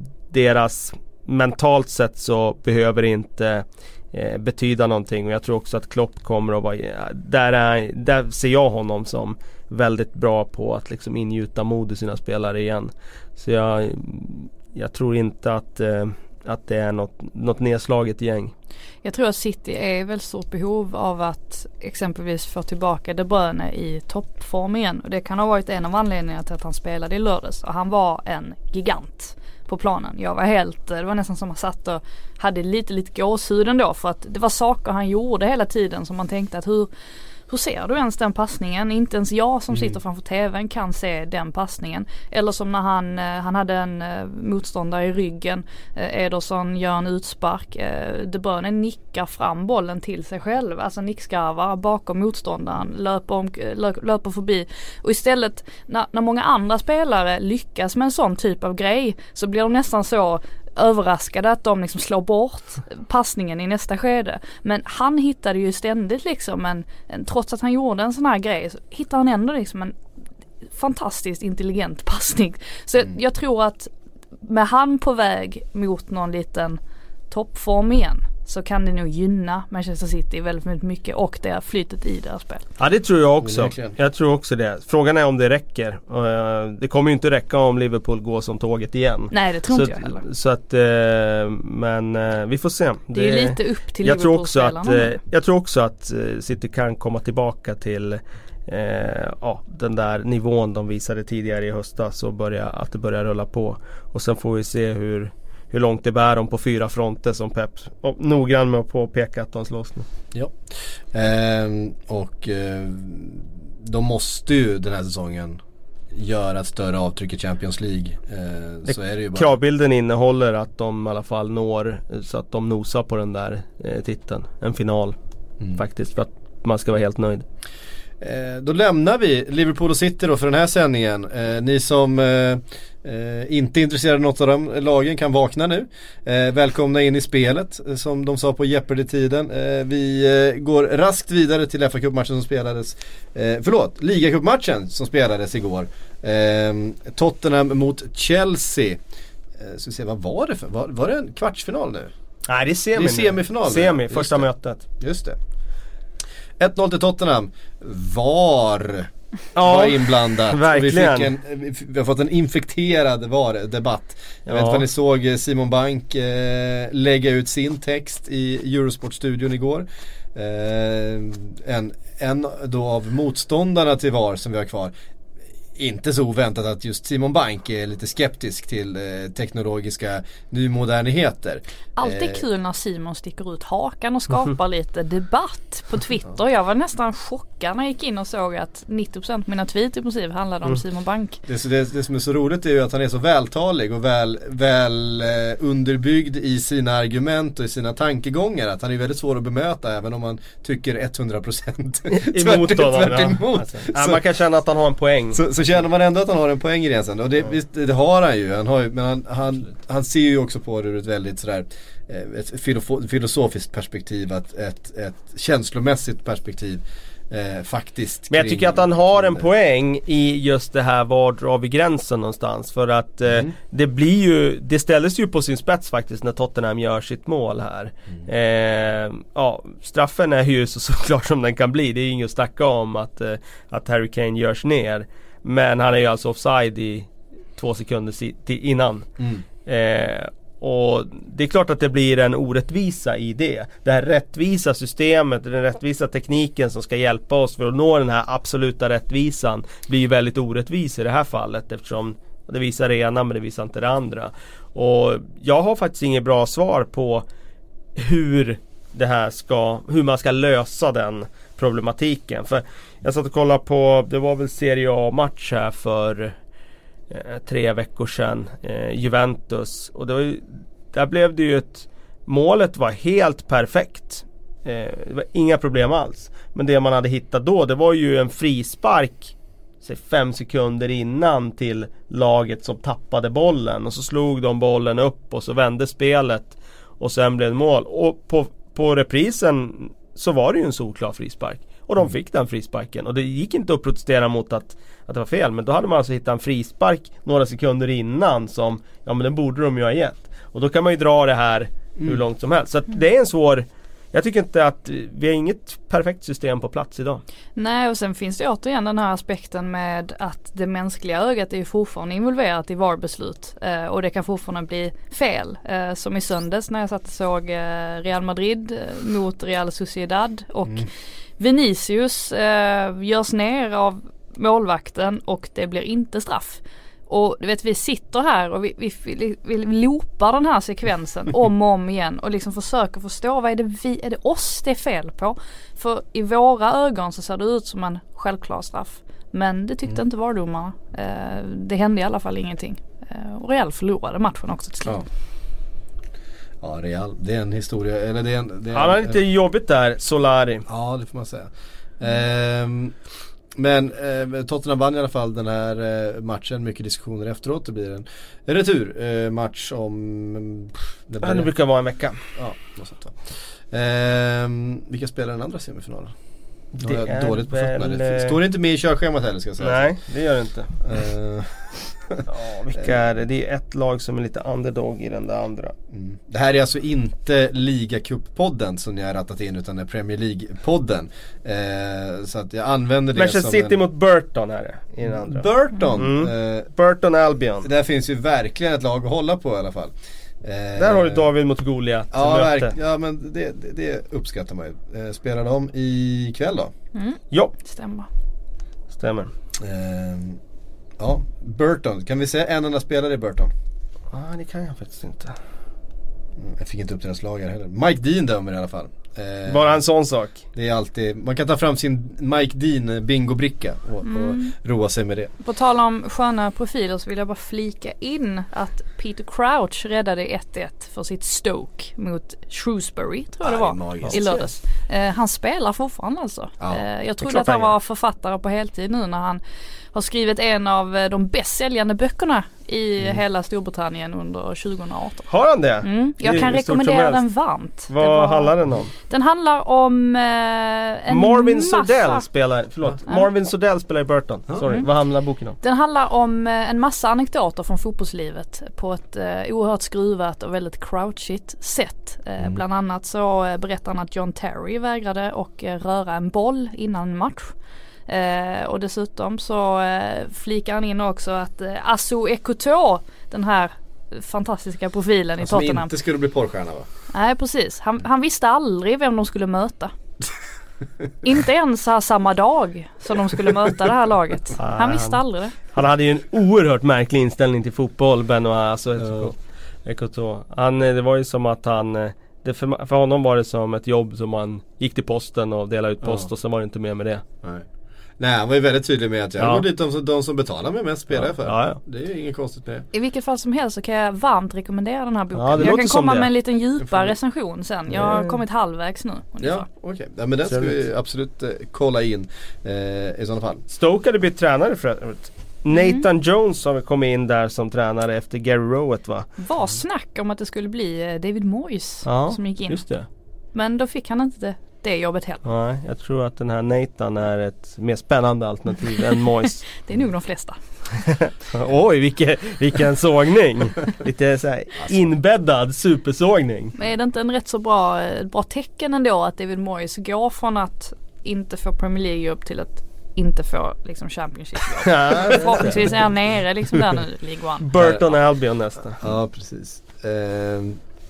deras mentalt sett så behöver det inte eh, betyda någonting, och jag tror också att Klopp kommer att vara där, är, där ser jag honom som väldigt bra på att liksom ingjuta mod i sina spelare igen. Så jag, jag tror inte att, eh, att det är något, något nedslaget gäng. Jag tror att City är väl stort behov av att exempelvis få tillbaka De Bruyne i toppform igen, och det kan ha varit en av anledningarna till att han spelade i lördags, och han var en gigant på planen. Jag var helt, det var nästan som man satt och hade lite lite gåshud ändå, för att det var saker han gjorde hela tiden som man tänkte att hur Hur ser du ens den passningen? Inte ens jag som sitter framför tvn kan se den passningen. Eller som när han, han hade en motståndare i ryggen. Ederson gör en utspark. De Bruyne nickar fram bollen till sig själv. Alltså nickskarvar bakom motståndaren. Löper, om, löper förbi. Och istället när, när många andra spelare lyckas med en sån typ av grej, så blir de nästan så överraskade att de liksom slår bort passningen i nästa skede. Men han hittade ju ständigt liksom en, en trots att han gjorde en sån här grej, så hittade han ändå liksom en fantastiskt intelligent passning. Så mm. jag tror att med han på väg mot någon liten toppform igen, så kan det nog gynna Manchester City väldigt mycket och det flytet i deras spel. Ja, det tror jag också. Jag tror också det. Frågan är om det räcker. Uh, det kommer ju inte räcka om Liverpool går som tåget igen. Nej, det tror så inte jag heller. Så att, uh, men uh, vi får se. Det, det är ju lite upp till jag tror också att uh, Jag tror också att uh, City kan komma tillbaka till uh, uh, den där nivån de visade tidigare i höstas, och börja, att det börjar rulla på. Och sen får vi se hur hur långt det bär dem på fyra fronter som Pep. Och noggrann med att påpeka att de slåss nu. Ja. Ehm, och eh, de måste ju den här säsongen göra ett större avtryck i Champions League. Eh, det, så är det ju bara. Kravbilden innehåller att de i alla fall når så att de nosar på den där eh, titeln. En final mm. faktiskt, för att man ska vara helt nöjd. Eh, då lämnar vi Liverpool och City då för den här sändningen. Eh, ni som eh, eh, inte är intresserade av något av de lagen kan vakna nu. Eh, välkomna in i spelet, eh, som de sa på Jeopardy-tiden. Eh, vi eh, går raskt vidare till F A Cup-matchen som spelades, eh, förlåt, Liga-cup-matchen som spelades igår. Eh, Tottenham mot Chelsea. Eh, så vi se, vad var det för? Var, var det en kvartsfinal nu? Nej, det är, semi det är semifinal. Semi, första mötet. Just det. ett noll till Tottenham. VAR ja, var inblandad. Verkligen. Vi, fick en, vi har fått en infekterad VAR-debatt. Jag ja. vet inte vad ni såg Simon Bank eh, lägga ut sin text i Eurosport-studion igår. Eh, en, en då av motståndarna till VAR som vi har kvar. Inte så oväntat att just Simon Bank är lite skeptisk till eh, teknologiska nymodernheter. Alltid eh, kul när Simon sticker ut hakan och skapar lite debatt på Twitter. Jag var nästan chockad när jag gick in och såg att nittio procent av mina tweet i princip handlade om mm. Simon Bank. Det, det, det som är så roligt är ju att han är så vältalig och väl, väl eh, underbyggd i sina argument och i sina tankegångar. Att han är väldigt svår att bemöta även om man tycker hundra procent emot honom. Ja. Alltså, ja, man kan känna att han har en poäng. Så, så känner man ändå att han har en poäng i det sen. Och det, ja. visst, det har han ju, han har ju men han, han, han ser ju också på det ur ett väldigt sådär ett filosofiskt perspektiv, ett, ett, ett känslomässigt perspektiv eh, faktiskt. Men jag tycker att han har en poäng i just det här, var drar vi gränsen någonstans, för att eh, mm. det blir ju, det ställdes ju på sin spets faktiskt när Tottenham gör sitt mål här. Mm. Eh, ja, straffen är ju så såklart som den kan bli, det är inget att snacka om att, eh, att Harry Kane görs ner. Men han är ju alltså offside i två sekunder si- innan. Mm. Eh, och det är klart att det blir en orättvisa i det. Det här rättvisa systemet, den rättvisa tekniken som ska hjälpa oss för att nå den här absoluta rättvisan blir ju väldigt orättvis i det här fallet, eftersom det visar det ena men det visar inte det andra. Och jag har faktiskt inget bra svar på hur det här ska, hur man ska lösa den problematiken. För jag satt och kollade på, det var väl Serie A-match här för eh, tre veckor sedan, eh, Juventus, och det var ju, där blev det ju ett, målet var helt perfekt, eh, det var inga problem alls, men det man hade hittat då, det var ju en frispark säg fem sekunder innan till laget som tappade bollen, och så slog de bollen upp och så vände spelet och sen blev det mål, och på, på reprisen så var det ju en solklar frispark. Och de fick den frisparken. Och det gick inte att protestera mot att, att det var fel. Men då hade man alltså hittat en frispark några sekunder innan som, ja men den borde de ju ha gett. Och då kan man ju dra det här mm. hur långt som helst. Så att det är en svår, jag tycker inte att vi har inget perfekt system på plats idag. Nej, och sen finns det återigen den här aspekten med att det mänskliga ögat är ju fortfarande involverat i V A R-beslut. Eh, och det kan fortfarande bli fel. Eh, som i söndags när jag satt och såg eh, Real Madrid eh, mot Real Sociedad. Och mm. Vinicius eh, görs ner av målvakten och det blir inte straff. Och du vet, vi sitter här och vi, vi, vi, vi loopar den här sekvensen om och om igen och liksom försöker förstå, vad är det, vi, är det oss det är fel på? För i våra ögon så ser det ut som en självklar straff. Men det tyckte mm. inte V A R-domarna. Eh, det hände i alla fall ingenting. Eh, och Real förlorade matchen också till slut. Ja. Ja, Real, det är en historia, eller det är en, det är ja, det är lite en, jobbigt där, Solari. Ja, det får man säga. Ehm, men eh, Tottenham vann i alla fall den här eh, matchen, mycket diskussioner efteråt. Det blir en returmatch eh, om... Det, ja, det brukar vara en vecka. Ja, något sånt. Ehm, vilka spelar den andra semifinalen? Det är jag dåligt på fötterna. Det står det inte med i körschemat heller, ska jag säga. Nej, det gör det inte. Uh, ja, vilka är det? Det är ett lag som är lite underdog i den där andra. Mm. Det här är alltså inte Liga Cup-podden som jag har rattat in, utan det är Premier League-podden. Uh, så att jag använder det Manchester som City en... mot Burton här i den andra. Burton? Mm. Uh, Burton Albion. Där finns ju verkligen ett lag att hålla på i alla fall. Eh, Där har du David mot Goliat. Ja, verk, ja, men det, det, det uppskattar man ju. Eh, spelar de i kväll då? Mm. Ja, stämmer. Stämmer. Eh, ja, Burton. Kan vi säga en enda spelare i Burton? Ja, ah, det kan jag faktiskt inte. Jag fick inte upp deras lag här heller. Mike Dean dömer i alla fall. Eh, Bara en sån sak. Det är alltid, man kan ta fram sin Mike Dean bingobricka och, mm. och roa sig med det. På tal om sköna profiler så vill jag bara flika in att Peter Crouch räddade ett ett för sitt Stoke mot Shrewsbury, tror jag det var, magiskt. I lördags. Eh, han spelar fortfarande alltså. Ja, eh, jag trodde att han var författare på heltid nu när han har skrivit en av de bäst säljande böckerna i mm. hela Storbritannien under tjugo arton. Har han det? Mm. Jag det kan rekommendera den varmt. Vad var, handlar den om? Den handlar om eh, en Marvin massa... Sordell spelar, förlåt. Mm. Marvin Sordell spelar i Burton. Mm. Sorry, vad handlar boken om? Den handlar om eh, en massa anekdoter från fotbollslivet på ett eh, oerhört skruvat och väldigt crouchigt sätt. Eh, mm. Bland annat så eh, berättar han att John Terry vägrade och eh, röra en boll innan en match. Eh, och dessutom så eh, flikar han in också att eh, Asu Ekoto, den här fantastiska profilen alltså i Tottenham, som inte skulle bli porrstjärna, va? Nej, precis. Han, han visste aldrig vem de skulle möta. Inte ens här samma dag som de skulle möta det här laget. Han visste aldrig det. Han hade ju en oerhört märklig inställning till fotboll, Ben och Asu Ekoto. Han, det var ju som att han det för, för honom var det som ett jobb som man gick till posten och delade ut post ja. Och så var det inte mer med det. Nej. Nej, han var ju väldigt tydlig med att jag ja. går dit de, de som betalar mig mest spelar ja. för. Ja, ja. Det är ju inget konstigt med det. I vilket fall som helst så kan jag varmt rekommendera den här boken. Ja, jag kan komma med en liten djupare recension sen. Jag har mm. kommit halvvägs nu. Ungefär. Ja, okej. Okay. Ja, men den ska vi absolut eh, kolla in eh, i sådana fall. Stoke hade blivit tränare för övrigt. Nathan mm. Jones har kommit in där som tränare efter Gary Rowett, va? Var snack om att det skulle bli David Moyes ja, som gick in. Just det. Men då fick han inte det. Det jobbet heller. Nej, jag tror att den här Nathan är ett mer spännande alternativ än Moyes. Det är nog de flesta. Oj, vilken, vilken sågning. Lite så här inbäddad supersågning. Men är det inte en rätt så bra, bra tecken ändå att David Moyes går från att inte få Premier League upp till att inte få liksom Championship. Förhoppningsvis är han nere liksom där nu, League One. Burton Albion nästa. Ja, precis. Eh,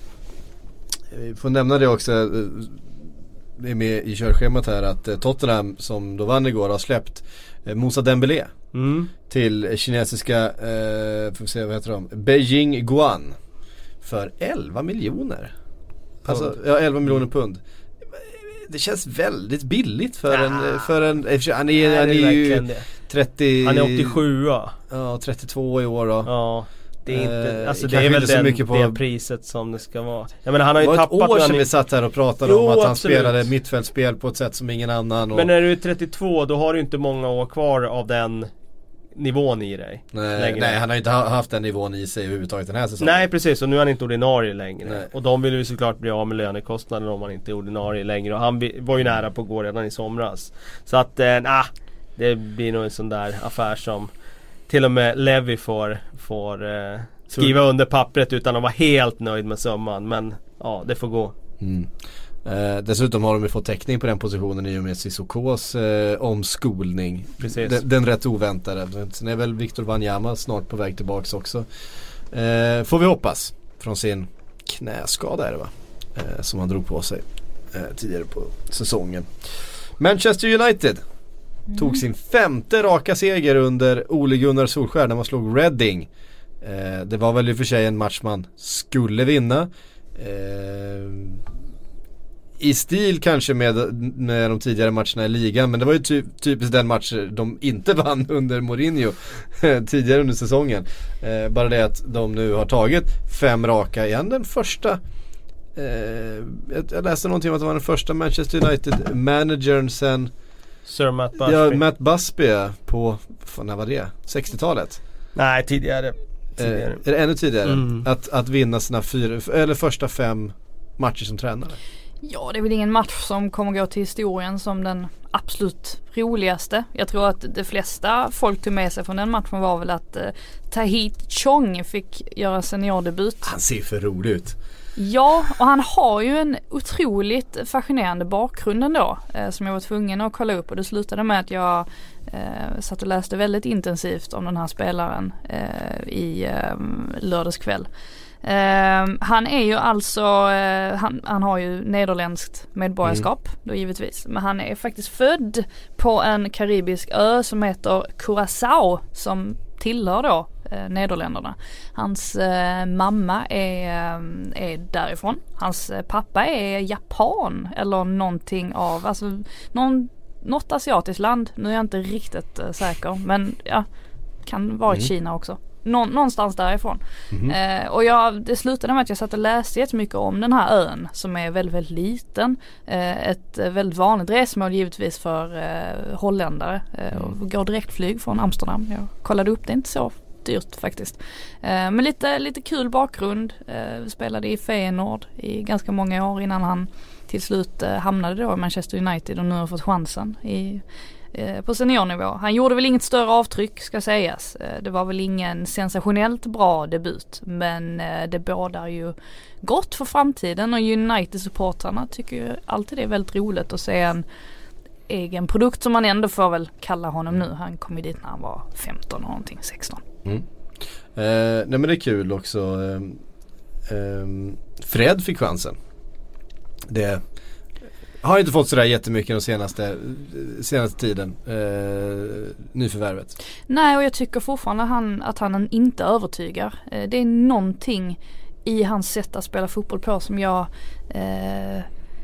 vi får nämna det också. Det är med i körschemat här att eh, Tottenham som då vann igår har släppt eh, Moussa Dembélé mm. till kinesiska eh, får vi se vad heter de? Beijing Guan för elva miljoner. Alltså ja, elva miljoner pund. Det känns väldigt billigt för ja. en för en han är, Nej, han är, är ju trettio Han är åttiosju. Ja, trettiotvå i år då. Ja. Det är inte, alltså det är väl den, mycket på, det priset som det ska vara. Jag menar, han har ju det var tappat ett år sedan vi satt här och pratade jo, om att han absolut. spelade mittfältspel på ett sätt som ingen annan. Och... Men när du är trettiotvå då har du inte många år kvar av den nivån i dig. Nej, nej han har ju inte haft den nivån i sig överhuvudtaget den här säsongen. Nej, precis. Och nu är han inte ordinarie längre. Nej. Och de vill ju såklart bli av med lönekostnader om han inte är ordinarie längre. Och han var ju nära på att gå redan i somras. Så att, eh, nah, det blir nog en sån där affär som till och med Levy får, får eh, skriva under pappret utan att vara helt nöjd med summan. Men ja, det får gå. Mm. Eh, dessutom har de ju fått täckning på den positionen i och med Sissokos eh, omskolning. Precis. Den, den rätt oväntade. Sen är väl Victor Wanyama snart på väg tillbaks också. Eh, får vi hoppas. Från sin knäskada är det va? Eh, som han drog på sig eh, tidigare på säsongen. Manchester United mm. tog sin femte raka seger under Ole Gunnar Solskjær när man slog Reading. Eh, det var väl i och för sig en match man skulle vinna. Eh, I stil kanske med, med de tidigare matcherna i ligan. Men det var ju ty- typiskt den match de inte vann under Mourinho tidigare under säsongen. Eh, bara det att de nu har tagit fem raka igen. Den första eh, jag läste någonting om att det var den första Manchester United-managern sen Sir Matt Busby. Ja, Matt Busby på, när var det? sextiotalet? Nej, tidigare. tidigare. Eh, är det ännu tidigare? Mm. Att, att vinna sina fyra, eller första fem matcher som tränare. Ja, det är väl ingen match som kommer gå till historien som den absolut roligaste. Jag tror att de flesta folk tog med sig från den matchen var väl att eh, Tahith Chong fick göra seniordebut. Han ser för rolig ut. Ja, och han har ju en otroligt fascinerande bakgrund ändå eh, som jag var tvungen att kolla upp, och det slutade med att jag eh, satt och läste väldigt intensivt om den här spelaren eh, i eh, lördagskväll. Uh, han är ju alltså uh, han, han har ju nederländskt medborgarskap mm. då givetvis, men han är faktiskt född på en karibisk ö som heter Curaçao, som tillhör då eh, Nederländerna. Hans eh, mamma är, eh, är därifrån. Hans eh, pappa är japan eller någonting av, alltså någon, något asiatiskt land. Nu är jag inte riktigt eh, säker, men ja, kan vara i mm. Kina också. Nå- någonstans därifrån. Mm-hmm. Eh, och jag, det slutade med att jag satt och läste jättemycket om den här ön som är väldigt, väldigt liten. Eh, ett väldigt vanligt resmål givetvis för eh, holländare. Eh, och går direktflyg från Amsterdam. Jag kollade upp, det är inte så dyrt faktiskt. Eh, men lite, lite kul bakgrund. Eh, spelade i Feyenoord i ganska många år innan han till slut eh, hamnade då i Manchester United och nu har fått chansen i på seniornivå. Han gjorde väl inget större avtryck ska sägas. Det var väl ingen sensationellt bra debut, men det bådar ju gott för framtiden och United-supportrarna tycker ju alltid det är väldigt roligt att se en egen produkt som man ändå får väl kalla honom nu. Han kom ju dit när han var femton och någonting, sexton. Mm. Eh, nej men det är kul också. Eh, eh, Fred fick chansen. Det har inte fått sådär jättemycket den senaste, senaste tiden, eh, nyförvärvet. Nej, och jag tycker fortfarande han, att han inte övertygar. Eh, det är någonting i hans sätt att spela fotboll på som jag eh,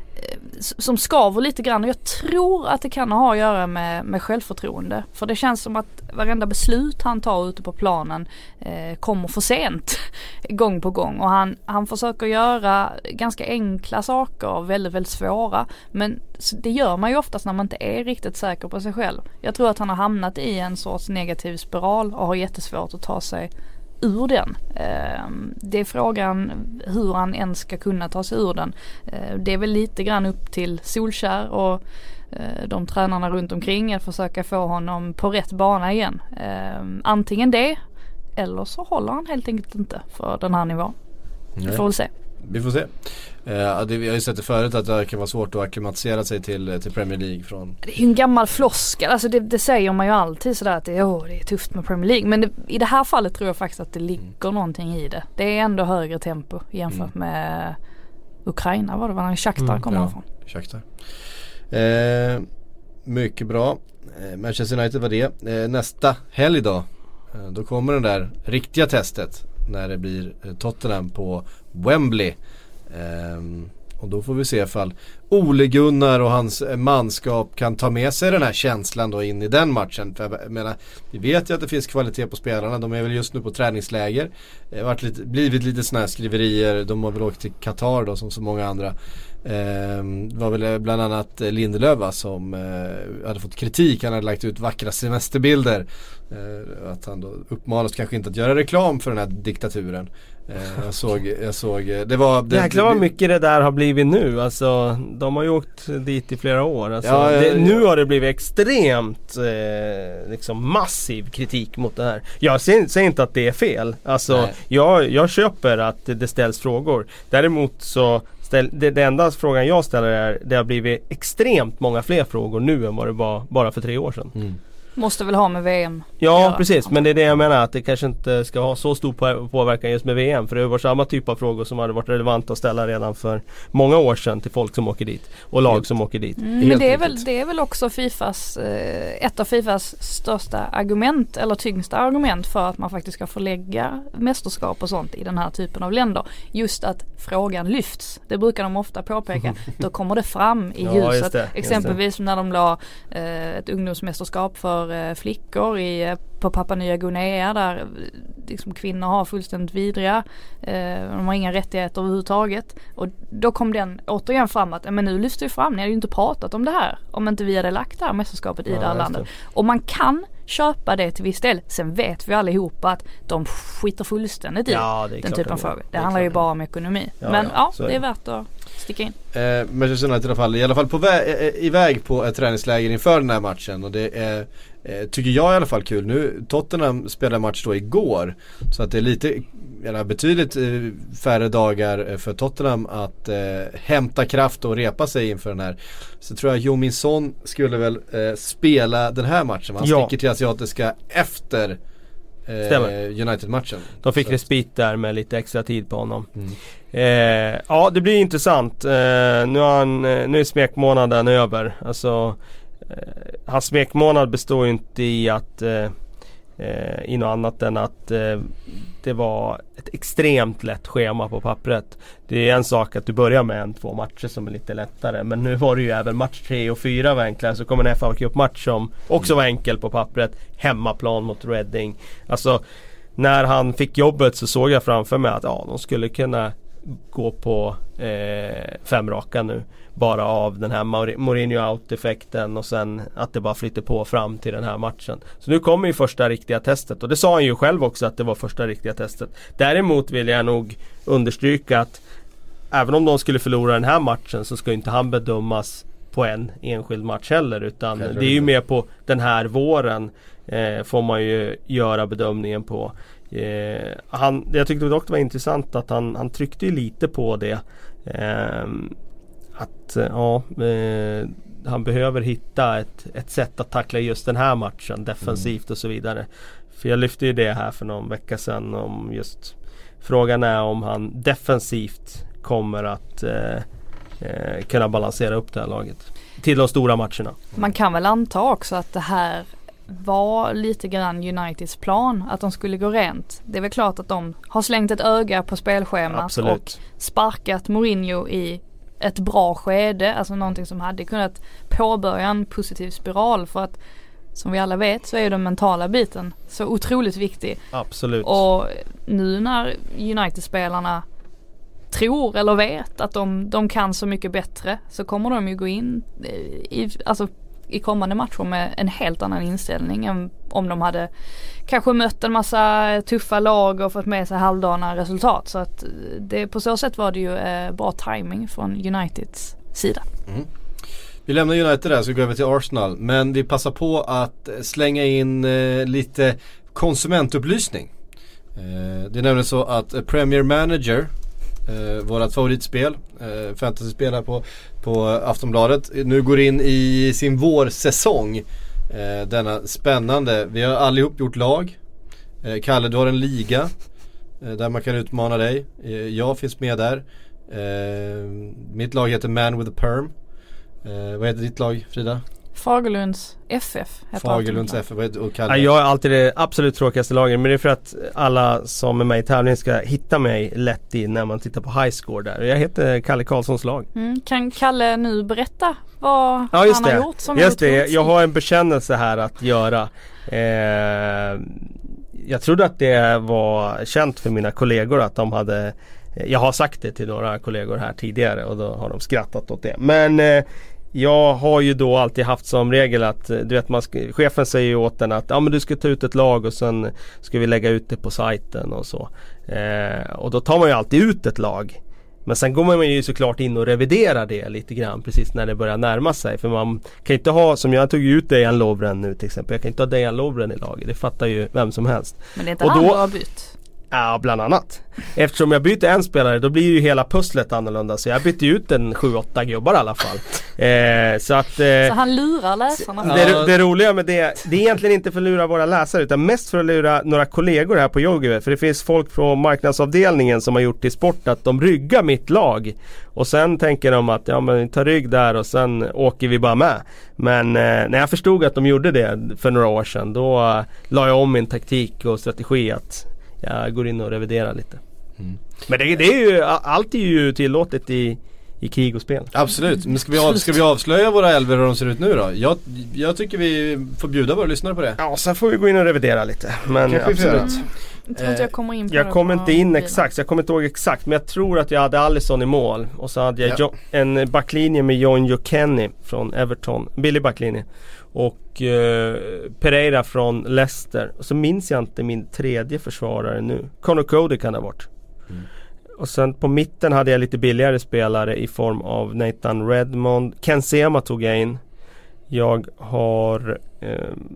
som skaver lite grann. Och jag tror att det kan ha att göra med, med självförtroende. För det känns som att varenda beslut han tar ute på planen eh, kommer för sent gång på gång. Och han, han försöker göra ganska enkla saker, väldigt, väldigt svåra. Men det gör man ju oftast när man inte är riktigt säker på sig själv. Jag tror att han har hamnat i en sorts negativ spiral och har jättesvårt att ta sig ur den. Det är frågan hur han ens ska kunna ta sig ur den. Det är väl lite grann upp till Solskjær och de tränarna runt omkring att försöka få honom på rätt bana igen. Antingen det eller så håller han helt enkelt inte för den här nivån. Vi får väl se. Vi får se. Uh, det, vi har ju sett det förut att det kan vara svårt att akklimatisera sig till, till Premier League från... Det är ju en gammal floskel, alltså det, det säger man ju alltid sådär att det, oh, det är tufft med Premier League, men det, i det här fallet tror jag faktiskt att det ligger mm. någonting i det. Det är ändå högre tempo jämfört mm. med Ukraina, var det var Shakhtar mm, kommer ja, från. Shakhtar. Eh, mycket bra. Eh, Manchester United var det. Eh, nästa helg då, eh, då kommer den där riktiga testet när det blir eh, Tottenham på Wembley. Um, och då får vi se ifall Ole Gunnar och hans manskap kan ta med sig den här känslan då in i den matchen. För jag menar, vi vet ju att det finns kvalitet på spelarna. De är väl just nu på träningsläger. Det har varit lite, blivit lite såna här skriverier. De har väl åkt till Qatar då som så många andra. Um, det var väl bland annat Lindelöf som uh, hade fått kritik. Han hade lagt ut vackra semesterbilder. Uh, att han då uppmanas kanske inte att göra reklam för den här diktaturen. Uh, jag såg, jag såg det var det, jäklar vad mycket det där har blivit nu. Alltså, de har ju åkt dit i flera år. Alltså, ja, ja, det, ja. Nu har det blivit extremt eh, liksom massiv kritik mot det här. Jag säger, säger inte att det är fel. Alltså, jag, jag köper att det ställs frågor. Däremot så ställ, det, det enda frågan jag ställer är det har blivit extremt många fler frågor nu än vad det var bara för tre år sedan. Mm. Måste väl ha med V M. Ja, göra. Precis. Men det är det jag menar, att det kanske inte ska ha så stor på- påverkan just med V M. För det var samma typ av frågor som hade varit relevant att ställa redan för många år sedan till folk som åker dit. Och lag som åker dit. Mm, men det är, väl, det är väl också Fifas, eh, ett av Fifas största argument eller tyngsta argument för att man faktiskt ska förlägga mästerskap och sånt i den här typen av länder. Just att frågan lyfts. Det brukar de ofta påpeka. Då kommer det fram i Ja, ljuset. just det, just Exempelvis när de la eh, ett ungdomsmästerskap för eh, flickor i, på Papua Nya Guinea där liksom, kvinnor har fullständigt vidriga. Eh, de har inga rättigheter överhuvudtaget. Och då kom den återigen fram att men nu lyfter vi fram, ni hade ju inte pratat om det här om inte vi hade lagt det här mästerskapet i ja, det här landet. Och man kan köpa det till viss del. Sen vet vi allihopa att de skiter fullständigt i ja, den typen av frågor. Det, det handlar ju klart. bara om ekonomi. Ja, men ja, ja, är det är det. värt att sticka in. Eh, Manchester United i alla fall, i alla fall på vä- eh, iväg på ett träningsläger inför den här matchen. Och det är, eh, tycker jag i alla fall kul. Nu Tottenham spelade match då igår. Så att det är lite, eller betydligt eh, färre dagar för Tottenham att eh, hämta kraft och repa sig inför den här. Så tror jag Heung-min Son skulle väl eh, spela den här matchen. Han Ja. sticker till asiatiska efter eh, United-matchen. De fick så respit där med lite extra tid på honom. Mm. Eh, ja, det blir intressant. Eh, nu, har han, eh, nu är smekmånaden över. Alltså, eh, hans smekmånad består ju inte i att eh, eh, i något annat än att eh, det var ett extremt lätt schema på pappret. Det är en sak att du börjar med en, två matcher som är lite lättare, men nu var det ju även match tre och fyra var enklare, så kommer en F A Cup-match som också var enkel på pappret, hemmaplan mot Reading. Alltså när han fick jobbet så såg jag framför mig att ja, de skulle kunna gå på eh, fem raka nu, bara av den här Mourinho out-effekten och sen att det bara flyter på fram till den här matchen. Så nu kommer ju första riktiga testet, och det sa han ju själv också att det var första riktiga testet. Däremot vill jag nog understryka att även om de skulle förlora den här matchen så ska inte han bedömas på en enskild match heller, utan det är ju mer på den här våren eh, får man ju göra bedömningen på. Eh, han, jag tyckte dock det var intressant att han, han tryckte ju lite på det eh, att ja, eh, han behöver hitta ett, ett sätt att tackla just den här matchen defensivt mm. och så vidare. För jag lyfte ju det här för någon vecka sedan om just frågan är om han defensivt kommer att eh, eh, kunna balansera upp det här laget till de stora matcherna. Man kan väl anta också att det här var lite grann Uniteds plan, att de skulle gå rent. Det är väl klart att de har slängt ett öga på spelschemat Absolut. och sparkat Mourinho i ett bra skede, alltså någonting som hade kunnat påbörja en positiv spiral, för att som vi alla vet så är ju den mentala biten så otroligt viktig. Absolut. Och nu när United-spelarna tror eller vet att de, de kan så mycket bättre, så kommer de ju gå in i, alltså i kommande matcher med en helt annan inställning än om de hade kanske mött en massa tuffa lag och fått med sig halvdana resultat. Så att det, på så sätt var det ju eh, bra timing från Uniteds sida. Mm. Vi lämnar United där, så går över till Arsenal, men vi passar på att slänga in eh, lite konsumentupplysning. Eh, det är nämligen så att Premier Manager, eh, vårat favoritspel, eh, fantasyspel här på, på Aftonbladet, nu går in i sin vårsäsong. Eh, denna spännande. Vi har allihop gjort lag. Eh, Kalle, du har en liga eh, där man kan utmana dig. Eh, jag finns med där. Eh, mitt lag heter Man with a Perm. Eh, vad heter ditt lag, Frida? Fagerlunds F F. Fagerlunds F F. Vad heter, och ja, jag är alltid det absolut tråkigaste laget, men det är för att alla som är med i tävlingen ska hitta mig lätt in när man tittar på highscore där. Jag heter Kalle Karlssons lag. Mm, kan Kalle nu berätta vad ja, just han det. har gjort som just det, jag har en bekännelse här att göra. Eh, jag trodde att det var känt för mina kollegor att de hade, jag har sagt det till några kollegor här tidigare och då har de skrattat åt det. Men eh, jag har ju då alltid haft som regel att du vet, man ska, chefen säger ju åt den att ja, men du ska ta ut ett lag och sen ska vi lägga ut det på sajten och så. Eh, och då tar man ju alltid ut ett lag. Men sen går man ju såklart in och reviderar det lite grann precis när det börjar närma sig. För man kan inte ha, som jag tog ut Dejan Lovren nu till exempel. Jag kan inte ha Dejan Lovren i laget. Det fattar ju vem som helst. Men det är inte och han då du har bytt? Ja, bland annat. Eftersom jag byter en spelare, då blir ju hela pusslet annorlunda. Så jag bytte ut en sju åtta gubbar i alla fall. Eh, så att... Eh, så han lurar läsarna. Det, det roliga med det, det är egentligen inte för att lura våra läsare, utan mest för att lura några kollegor här på Yogi. För det finns folk från marknadsavdelningen som har gjort i sport att de ryggar mitt lag. Och sen tänker de att ja, men ta rygg där och sen åker vi bara med. Men eh, när jag förstod att de gjorde det för några år sedan, då eh, la jag om min taktik och strategi att jag går in och reviderar lite. Mm. Men det, det är ju, allt är ju tillåtet i, i krig och spel. Absolut, men ska vi, av, ska vi avslöja våra elver hur de ser ut nu då? Jag, jag tycker vi får bjuda våra lyssnare på det. Ja, sen får vi gå in och revidera lite. Men absolut. Mm. Jag tror inte jag kommer in på Jag det kommer inte in bilen. exakt, jag kommer inte ihåg exakt. Men jag tror att jag hade Alisson i mål. Och så hade jag ja. jo, en backlinje med John Joe Kenny från Everton. Billig backlinje. Och eh, Pereira från Leicester. Och så minns jag inte min tredje försvarare nu. Conor Cody kan det ha varit. Mm. Och sen på mitten hade jag lite billigare spelare i form av Nathan Redmond. Ken Sema tog jag in. Jag har... Eh,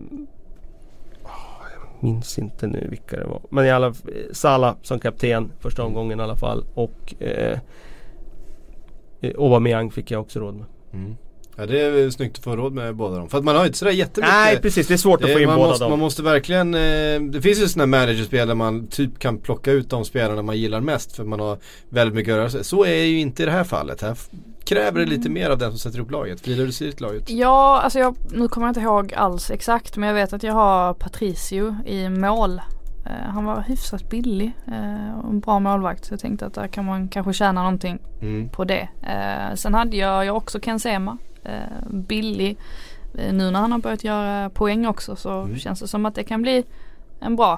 minns inte nu vilka det var. Men i alla fall Salah som kapten första omgången i alla fall. Och eh, Aubameyang fick jag också råd med. Mm. Ja, det är snyggt att få råd med båda dem. För att man har inte sådär jättemycket. Nej, precis. Det är svårt det, att få in båda måste, dem. Man måste verkligen eh, det finns ju sådana managerspel där man typ kan plocka ut de spelarna man gillar mest för man har väldigt mycket att göra. Så är ju inte i det här fallet. Här kräver det lite mer av den som sätter upp laget? Blir det sitt laget? Ja, alltså jag, nu kommer jag inte ihåg alls exakt, men jag vet att jag har Patricio i mål. Uh, han var hyfsat billig uh, och en bra målvakt, så jag tänkte att där kan man kanske tjäna någonting mm. på det. Uh, sen hade jag, jag också Ken Sema, uh, billig. Uh, nu när han har börjat göra poäng också så mm. känns det som att det kan bli en bra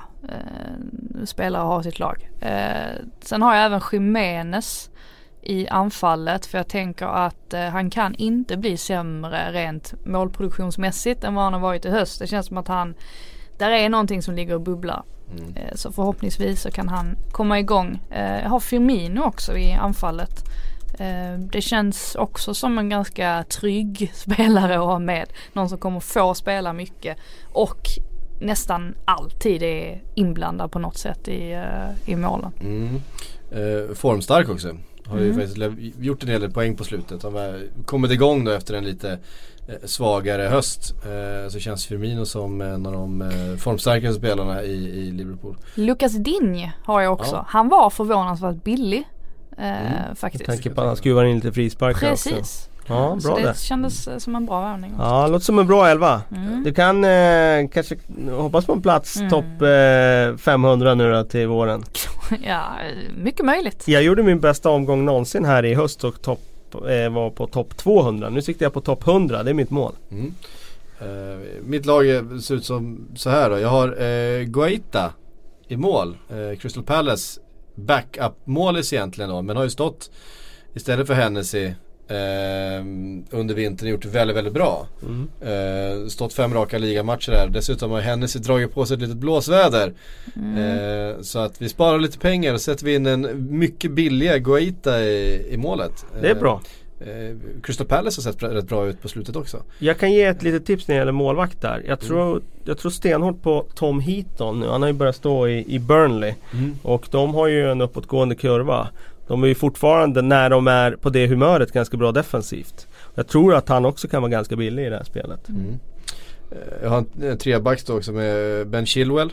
uh, spelare att ha sitt lag. Uh, sen har jag även Jimenez i anfallet, för jag tänker att uh, han kan inte bli sämre rent målproduktionsmässigt än vad han har varit i höst. Det känns som att han, där är någonting som ligger och bubblar. Mm. Uh, så förhoppningsvis så kan han komma igång. Uh, jag har Firmino också i anfallet. Uh, det känns också som en ganska trygg spelare att ha med. Någon som kommer få spela mycket och nästan alltid är inblandad på något sätt i, uh, i målen. Mm. Uh, formstark också. Har ju mm. faktiskt gjort en hel del poäng på slutet. Han har kommit igång då efter en lite eh, svagare höst. Eh, så känns Firmino som en av de eh, formstarkare spelarna i, i Liverpool. Lucas Digne har jag också. Ja. Han var förvånansvärt billig eh, mm. faktiskt. Jag tänker på att han skruvar in lite frisparkar också. Precis. Ja, bra. Så det, det kändes som en bra värvning också. Ja, låter som en bra elva. Mm. Du kan eh, kanske hoppas på en plats mm. topp eh, femhundra nu då till våren. Ja, mycket möjligt. Jag gjorde min bästa omgång någonsin här i höst och topp, eh, var på topp tvåhundra. Nu siktar jag på topp hundra, det är mitt mål. Mm. Uh, mitt lag ser ut som så här då. Jag har uh, Guaita i mål. Uh, Crystal Palace backup-målis egentligen då, men har ju stått istället för Hennessy Uh, under vintern gjort väldigt, väldigt bra. Mm. Uh, stått fem raka ligamatcher där. Dessutom har Hennessy dragit på sig ett litet blåsväder. Mm. Uh, så att vi sparar lite pengar och sätter vi in en mycket billiga Guaita i, i målet. Det är bra. Uh, Crystal Palace har sett rätt bra ut på slutet också. Jag kan ge ett litet tips när det gäller målvakt där. Jag tror, mm. jag tror stenhårt på Tom Heaton nu. Han har ju börjat stå i, i Burnley. Mm. Och de har ju en uppåtgående kurva. De är ju fortfarande, när de är på det humöret, ganska bra defensivt. Jag tror att han också kan vara ganska billig i det här spelet. Mm. Jag har en trebacks då också med Ben Chilwell,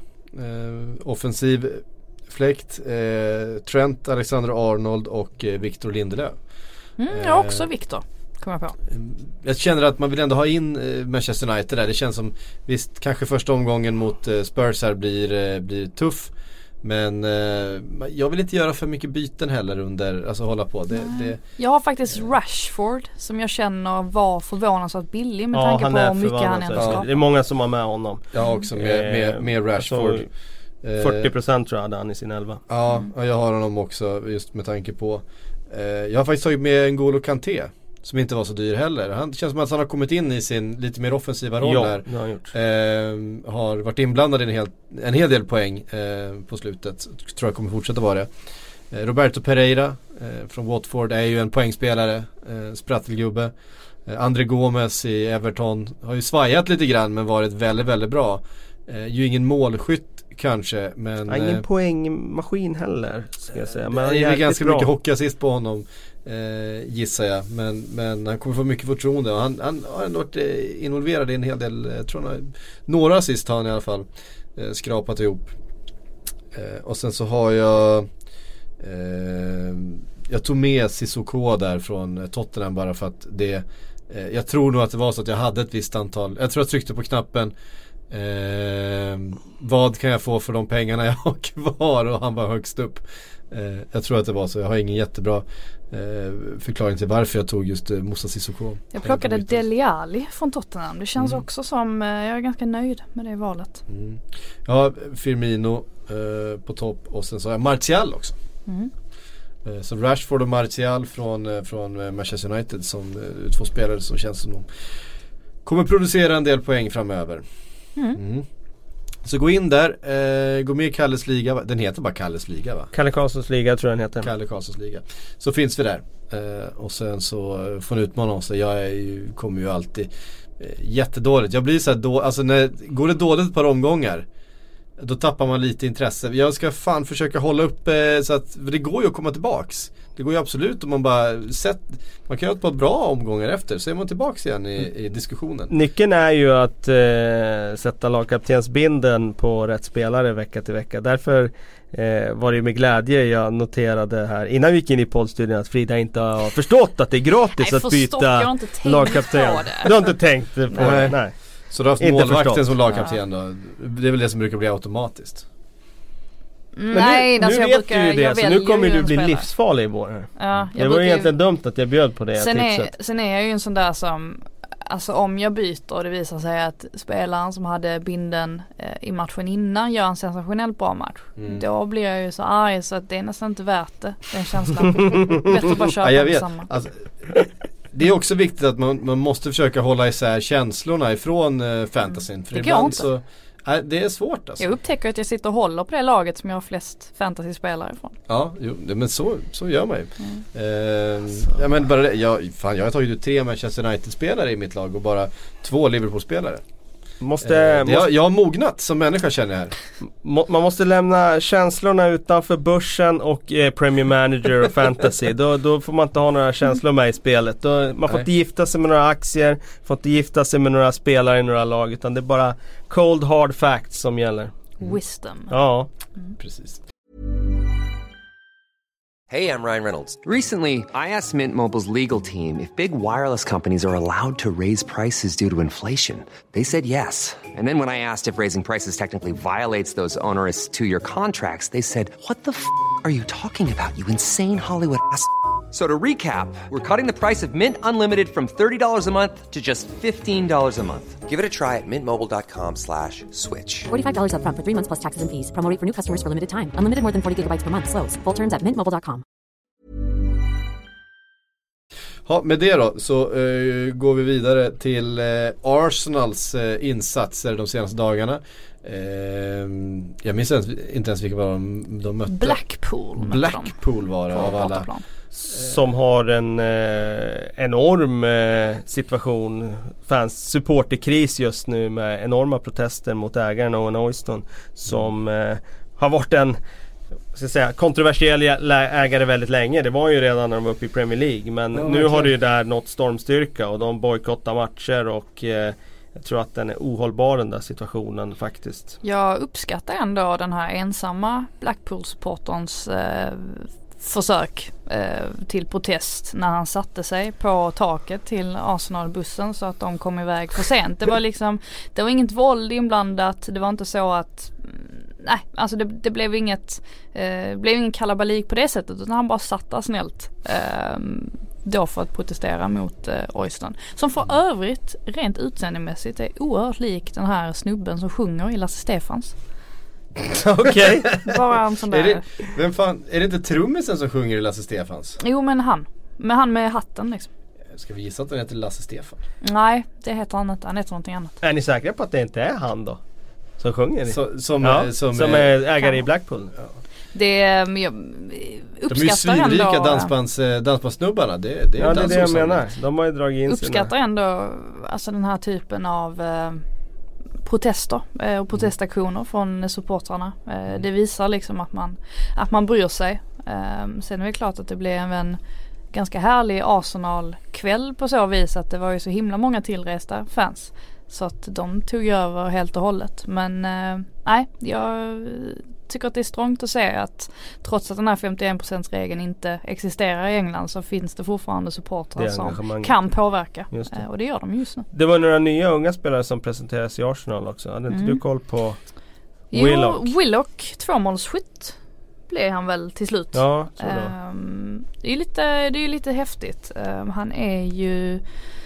eh, offensiv fläkt, eh, Trent Alexander-Arnold och eh, Victor Lindelöf. Mm, jag har också Victor, kommer jag på. Jag känner att man vill ändå ha in eh, Manchester United där. Det känns som, visst, kanske första omgången mot eh, Spurs här blir, eh, blir tuff. Men eh, jag vill inte göra för mycket byten heller under, alltså hålla på. Det, det, jag har faktiskt eh. Rashford som jag känner var förvånansvärt billig med ja, tanke på hur mycket han ändå skapar. Det är många som har med honom. Jag också med, med, med Rashford. Alltså, fyrtio procent tror jag hade han i sin elva. Ja, mm. jag har honom också just med tanke på. Eh, jag har faktiskt tagit med N'Golo Kanté. Som inte var så dyr heller. Han känns som att han har kommit in i sin lite mer offensiva roll ja, där. Det har han gjort. Eh, har varit inblandad i en hel, en hel del poäng eh, på slutet. Tror jag kommer fortsätta vara det. Eh, Roberto Pereira eh, från Watford är ju en poängspelare. Eh, sprattelgubbe. Eh, André Gomes i Everton har ju svajat lite grann men varit väldigt, väldigt bra. Eh, ju ingen målskytt kanske, men ja, ingen eh, poängmaskin heller ska jag säga. Men det är ganska bra. Mycket hockeyassist på honom. Eh, gissar jag, men, men han kommer få mycket förtroende och han, han har ändå varit eh, involverad i en hel del, jag tror han har, några assist har han i alla fall eh, skrapat ihop eh, och sen så har jag eh, jag tog med Sissoko där från Tottenham bara för att det eh, jag tror nog att det var så att jag hade ett visst antal, jag tror jag tryckte på knappen eh, vad kan jag få för de pengarna jag har kvar och han var högst upp. Eh, jag tror att det var så. Jag har ingen jättebra eh, förklaring till varför jag tog just eh, Moussa Sissoko. Jag plockade Dele Alli från Tottenham. Det känns mm. också som, eh, jag är ganska nöjd med det valet. Mm. Ja, Firmino eh, på topp och sen så har jag Martial också. Mm. Eh, så Rashford och Martial från, eh, från Manchester United som eh, två spelare som känns som de kommer producera en del poäng framöver. Mm. Mm. Så gå in där, eh, gå med i Kalles liga. Den heter bara Kalles liga, va? Kalle Karlssons liga tror jag den heter. Kalle Karlssons liga. Så finns vi där eh, och sen så får ni utmana oss. Jag är ju, kommer ju alltid eh, jättedåligt. Jag blir så här då, alltså när, går det dåligt ett par omgångar då tappar man lite intresse. Jag ska fan försöka hålla upp eh, så att, för det går ju att komma tillbaks. Det går ju absolut om man bara sett, man kan göra ett par bra omgångar efter, så är man tillbaks igen i, i diskussionen. Nyckeln är ju att eh, sätta lagkaptensbinden på rätt spelare vecka till vecka. Därför eh, var det med glädje jag noterade här innan vi gick in i poddstudion att Frida inte har förstått att det är gratis nej, att byta lagkapten. Du har inte tänkt på det? Nej. Så du har haft inte målvakten förstått. Som lagkapten då? Det är väl det som brukar bli automatiskt. Nej, nu, alltså nu jag vet brukar, du ju det, jag så nu kommer du bli spelare. livsfarlig i vår. Ja, det var ju egentligen dumt att jag bjöd på det sen tipset. är, sen är jag ju en sån där som, alltså om jag byter och det visar sig att spelaren som hade binden eh, i matchen innan gör en sensationellt bra match. Mm. Då blir jag ju så arg så att det är nästan inte värt det, den känslan. Bättre att bara köpa ja, jag vet. samma. Alltså, det är också viktigt att man, man måste försöka hålla isär känslorna ifrån uh, fantasyn. För det går ibland inte. Så, äh, det är svårt alltså. Jag upptäcker att jag sitter och håller på det laget som jag har flest fantasy-spelare ifrån. Ja, jo, det, men så, så gör man ju. Mm. Uh, alltså. ja, men bara det, jag, fan, jag har tagit ut tre Manchester United-spelare i mitt lag och bara två Liverpool-spelare. Måste, uh, måste, jag, jag har mognat som människa känner jag här. må, Man måste lämna känslorna utanför börsen och eh, Premier Manager och Fantasy. då, då får man inte ha några känslor med i spelet. Då, man får Nej. inte gifta sig med några aktier, får inte gifta sig med några spelare i några lag, utan det är bara cold hard facts som gäller. Mm. Wisdom. Ja, mm. Precis. Hey, I'm Ryan Reynolds. Recently, I asked Mint Mobile's legal team if big wireless companies are allowed to raise prices due to inflation. They said yes. And then when I asked if raising prices technically violates those onerous two-year contracts, they said, what the f*** are you talking about, you insane Hollywood ass f- So to recap, we're cutting the price of Mint Unlimited from thirty dollars a month to just fifteen dollars a month. Give it a try at mintmobile.com slash switch. forty-five dollars up front for three months plus taxes and fees. Promo rate for new customers for limited time. Unlimited more than forty gigabytes per month. Slows full terms at mint mobile dot com. Ja, med det då så uh, går vi vidare till uh, Arsenals uh, insatser de senaste dagarna. Uh, jag minns ens, inte ens vilka var de, de mötte. Blackpool mötte Blackpool var det av alla. Som har en eh, enorm eh, situation, fans supporterkris just nu med enorma protester mot ägaren Owen Oyston, som eh, har varit en ska säga, kontroversiell ägare väldigt länge. Det var ju redan när de var uppe i Premier League, men ja, nu har det ju där nått stormstyrka och de bojkottar matcher och eh, jag tror att den är ohållbar, den där situationen faktiskt. Jag uppskattar ändå den här ensamma Blackpool-supporterns eh, försök eh, till protest när han satte sig på taket till Arsenal-bussen så att de kom iväg för sent. Det var liksom, det var inget våld inblandat, det var inte så att nej, alltså det, det blev inget eh, blev ingen kalabalik på det sättet, utan han bara satt där snällt eh, då för att protestera mot eh, Oyston, som för övrigt rent utseendemässigt är oerhört lik den här snubben som sjunger i Lasse Stefans. Okej. Okay. Bara en sån där. Är det, vem fan, är det inte trummisen som sjunger i Lasse Stefans? Jo, men han. Men han med hatten liksom. Ska vi gissa att den heter Lasse Stefan? Nej, det heter han inte. Han heter någonting annat. Är ni säkra på att det inte är han då? Som sjunger? Så, som, ja, som, som är ägare i Blackpool. Ja. Det är, jag uppskattar de är ju svinrika ändå dansbands, dansbandssnubbarna. Det, det är ja, det är det jag menar. De har ju dragit in uppskattar sina. ändå alltså den här typen av eh, protester eh, och protestaktioner från supportrarna. Eh, det visar liksom att man, att man bryr sig. Eh, sen är det klart att det blev en ganska härlig Arsenal-kväll på så vis att det var ju så himla många tillresta fans. Så att de tog över helt och hållet. Men eh, nej, jag tycker att det är strångt att säga att trots att den här femtioen procent-regeln inte existerar i England så finns det fortfarande supportrar som kan påverka. Det. Eh, och det gör de just nu. Det var några nya unga spelare som presenteras i Arsenal också. Hade inte mm. du koll på Willock? Jo, Willock, tvåmålsskytt blev han väl till slut. Ja, så um, det är ju lite, det är lite häftigt. Um, han är ju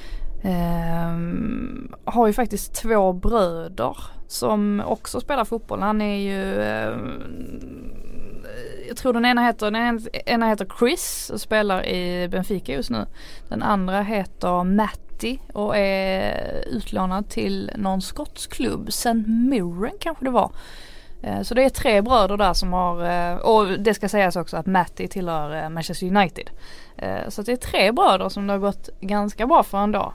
Um, har ju faktiskt två bröder som också spelar fotboll. Han är ju um, jag tror den ena heter den ena heter Chris och spelar i Benfica just nu. Den andra heter Matty och är utlånad till någon skotsk klubb, Saint Mirren kanske det var. Uh, så det är tre bröder där som har uh, och det ska sägas också att Matty tillhör uh, Manchester United. Uh, så det är tre bröder som det har gått ganska bra för en dag.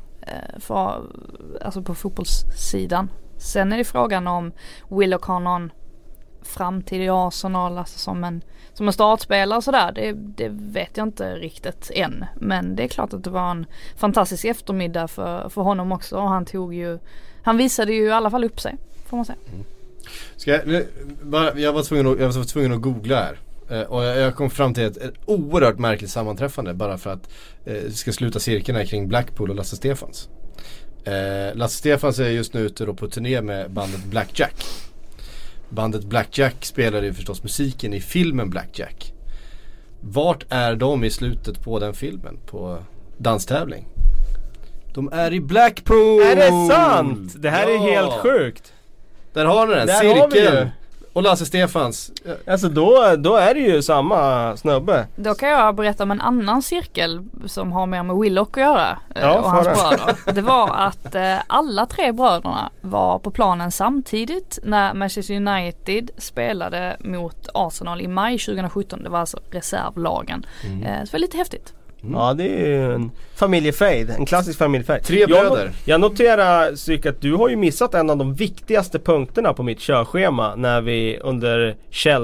För, alltså på fotbollssidan. Sen är det frågan om Willock har någon framtid i Arsenal, alltså som en, som en startspelare och sådär, det, det vet jag inte riktigt än. Men det är klart att det var en fantastisk eftermiddag för, för honom också, och han tog ju, han visade ju i alla fall upp sig, får man säga. Mm. Ska jag, nu, bara, jag, var tvungen att, jag var tvungen att googla här. Eh, och jag, jag kom fram till ett, ett oerhört märkligt sammanträffande bara för att eh, ska sluta cirkeln kring Blackpool och Lasse Stefans. Eh, Lasse Stefans är just nu ute då på turné med bandet Blackjack. Bandet Blackjack spelade ju förstås musiken i filmen Blackjack. Vart är de i slutet på den filmen? På danstävling? De är i Blackpool! Är det sant? Det här ja. är helt sjukt. Där har ni den, Där cirkeln. Och Lasse Stefans. Alltså då, då är det ju samma snubbe. Då kan jag berätta om en annan cirkel som har mer med Willock att göra, ja, och hans bröder. Det var att eh, alla tre bröderna var på planen samtidigt när Manchester United spelade mot Arsenal i maj tjugosjutton. Det var alltså reservlagen. Mm. Eh, så det var lite häftigt. Mm. Ja, det är ju en familjefejd, en klassisk familjefejd. Tre bröder. Jag, jag noterar Syk att du har ju missat en av de viktigaste punkterna på mitt körschema när vi under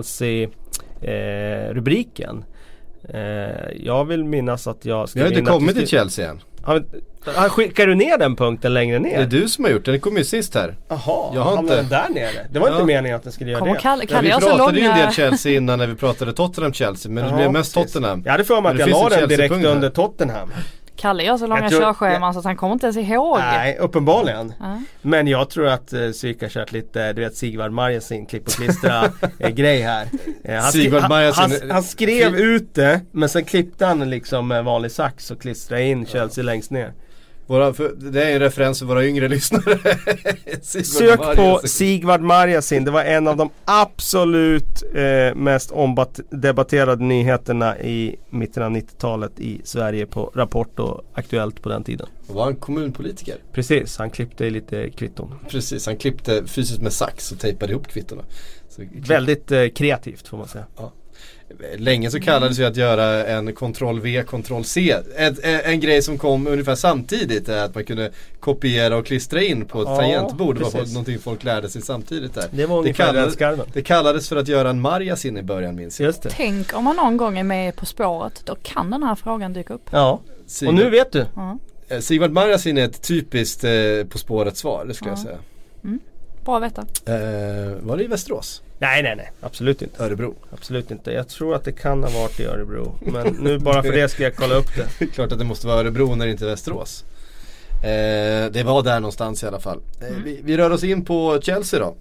Chelsea-rubriken. Eh, eh, jag vill minnas att jag... Vi har inte kommit till Chelsea än. Han, han skickar du ner den punkten längre ner? Det är du som har gjort det, det kom ju sist här. Jaha, jag har inte den där nere. Det var ja. inte meningen att den skulle göra Kom det. Kall, ja, vi pratade långa... ju en del Chelsea innan när vi pratade Tottenham-Chelsea. Men det blev mest precis. Tottenham. Jag hade för mig att jag la den direkt under Tottenham. Kalle gör så långa tror, körscheman ja. så att han kommer inte ens ihåg. Nej, uppenbarligen. Ja. Men jag tror att uh, Syk har kört lite, du vet, Sigvard Marjasin klipp och klistra eh, grej här. Eh, han, skri- han, han, han skrev ut det, men sen klippte han liksom med vanlig sax och klistrade in Chelsea ja. längst ner. Våra, för, det är en referens för våra yngre lyssnare. Sök på Sigvard Marjasin. Det var en av de absolut eh, mest omdebatterade nyheterna i mitten av nittiotalet i Sverige på Rapport och Aktuellt på den tiden. Han var en kommunpolitiker. Precis, han klippte lite kvitton. Precis, han klippte fysiskt med sax och tejpade ihop kvittorna. Så, väldigt eh, kreativt får man säga. Ja. Länge så kallades ju att göra en kontroll V, kontroll C. En, en, en grej som kom ungefär samtidigt är att man kunde kopiera och klistra in på ett ja, tangentbord. Det var någonting folk lärde sig samtidigt där. Det var det kallades, den det kallades för att göra en Marjasin i början, minns jag. Just det. Tänk om man någon gång är med På spåret, då kan den här frågan dyka upp. Ja, Sigvard, och nu vet du. Ja. Sigvard Marjasin är ett typiskt eh, På spåret svar, det skulle ja. jag säga. Mm. Bra att veta. Eh, var det i Västerås? Nej, nej, nej. Absolut inte. Örebro? Absolut inte. Jag tror att det kan ha varit i Örebro. Men nu bara för det ska jag kolla upp det. Klart att det måste vara Örebro när det inte är Västerås. Eh, det var där någonstans i alla fall. Eh, mm. vi, vi rör oss in på Chelsea då.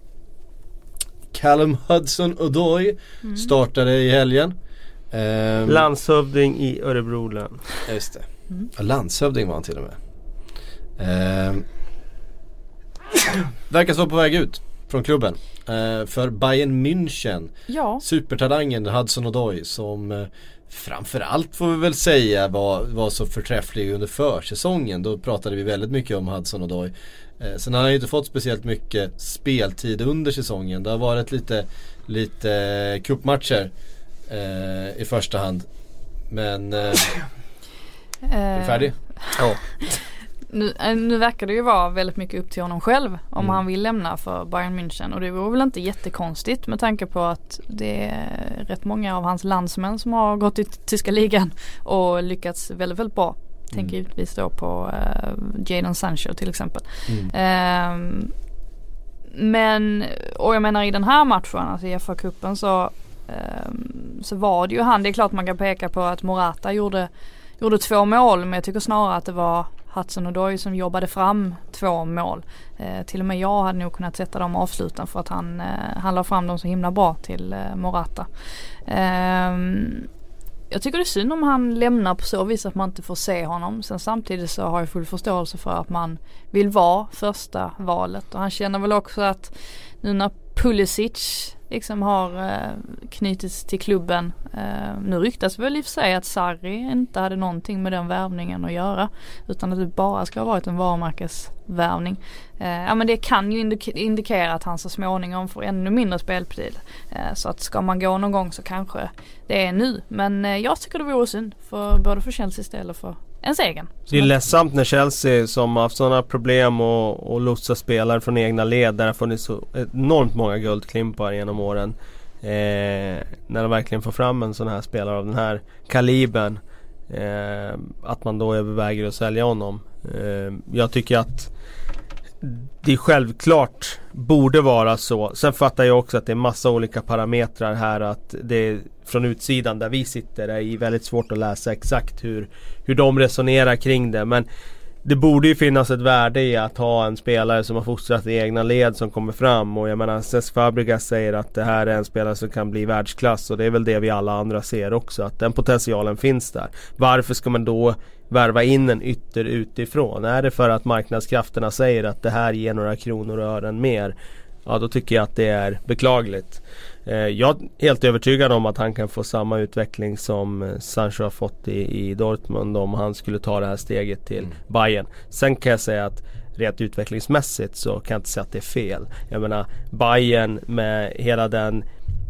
Callum Hudson-Odoi mm. startade i helgen. Eh, landshövding i Örebro län. Just det. Mm. Ja, landshövding var han till och med. Eh, verkar vara på väg ut från klubben uh, för Bayern München. Ja. Supertalangen Hudson-Odoi som uh, framförallt får vi väl säga var, var så förträfflig under försäsongen. Då pratade vi väldigt mycket om Hudson-Odoi. Uh, sen har han ju inte fått speciellt mycket speltid under säsongen. Det har varit lite, lite cupmatcher uh, i första hand. Men uh, är du färdig? Ja. Nu, nu verkar det ju vara väldigt mycket upp till honom själv om mm. han vill lämna för Bayern München, och det vore väl inte jättekonstigt med tanke på att det är rätt många av hans landsmän som har gått i tyska ligan och lyckats väldigt, väldigt bra. Mm. Tänker givetvis då på uh, Jadon Sancho till exempel. Mm. Uh, men, och jag menar i den här matchen, alltså i F A-cupen så, uh, så var det ju han, det är klart man kan peka på att Morata gjorde, gjorde två mål, men jag tycker snarare att det var Hudson-Odoi som jobbade fram två mål. Eh, till och med jag hade nog kunnat sätta dem avsluten för att han, eh, han la fram dem så himla bra till eh, Morata. Eh, jag tycker det är synd om han lämnar på så vis att man inte får se honom. Sen samtidigt så har jag full förståelse för att man vill vara första valet. Och han känner väl också att nu när Pulisic liksom har eh, knutits till klubben. Eh, nu ryktas väl i och för sig att Sarri inte hade någonting med den värvningen att göra, utan att det bara ska ha varit en varumärkesvärvning. Eh, ja, men det kan ju indik- indikera att han så småningom får ännu mindre speltid. Eh, så att ska man gå någon gång så kanske det är nu. Men eh, jag tycker det vore synd för både för Chelseas del och för ens egen. Det är ledsamt när Chelsea som har haft sådana problem och, och lotsa spelare från egna led, där har funnits så enormt många guldklimpar genom åren. Eh, när de verkligen får fram en sån här spelare av den här kalibern, eh, att man då överväger att sälja honom. Eh, jag tycker att det självklart borde vara så. Sen fattar jag också att det är massa olika parametrar här, att det är från utsidan där vi sitter är väldigt svårt att läsa exakt hur, hur de resonerar kring det, men det borde ju finnas ett värde i att ha en spelare som har fostrat i egna led som kommer fram, och jag menar Cesc Fabregas säger att det här är en spelare som kan bli världsklass, och det är väl det vi alla andra ser också, att den potentialen finns där. Varför ska man då värva in en ytter utifrån? Är det för att marknadskrafterna säger att det här ger några kronor och ören mer? Ja, då tycker jag att det är beklagligt. Eh, jag är helt övertygad om att han kan få samma utveckling som Sancho har fått i, i Dortmund om han skulle ta det här steget till mm. Bayern. Sen kan jag säga att rent utvecklingsmässigt så kan jag inte säga att det är fel. Jag menar, Bayern med hela den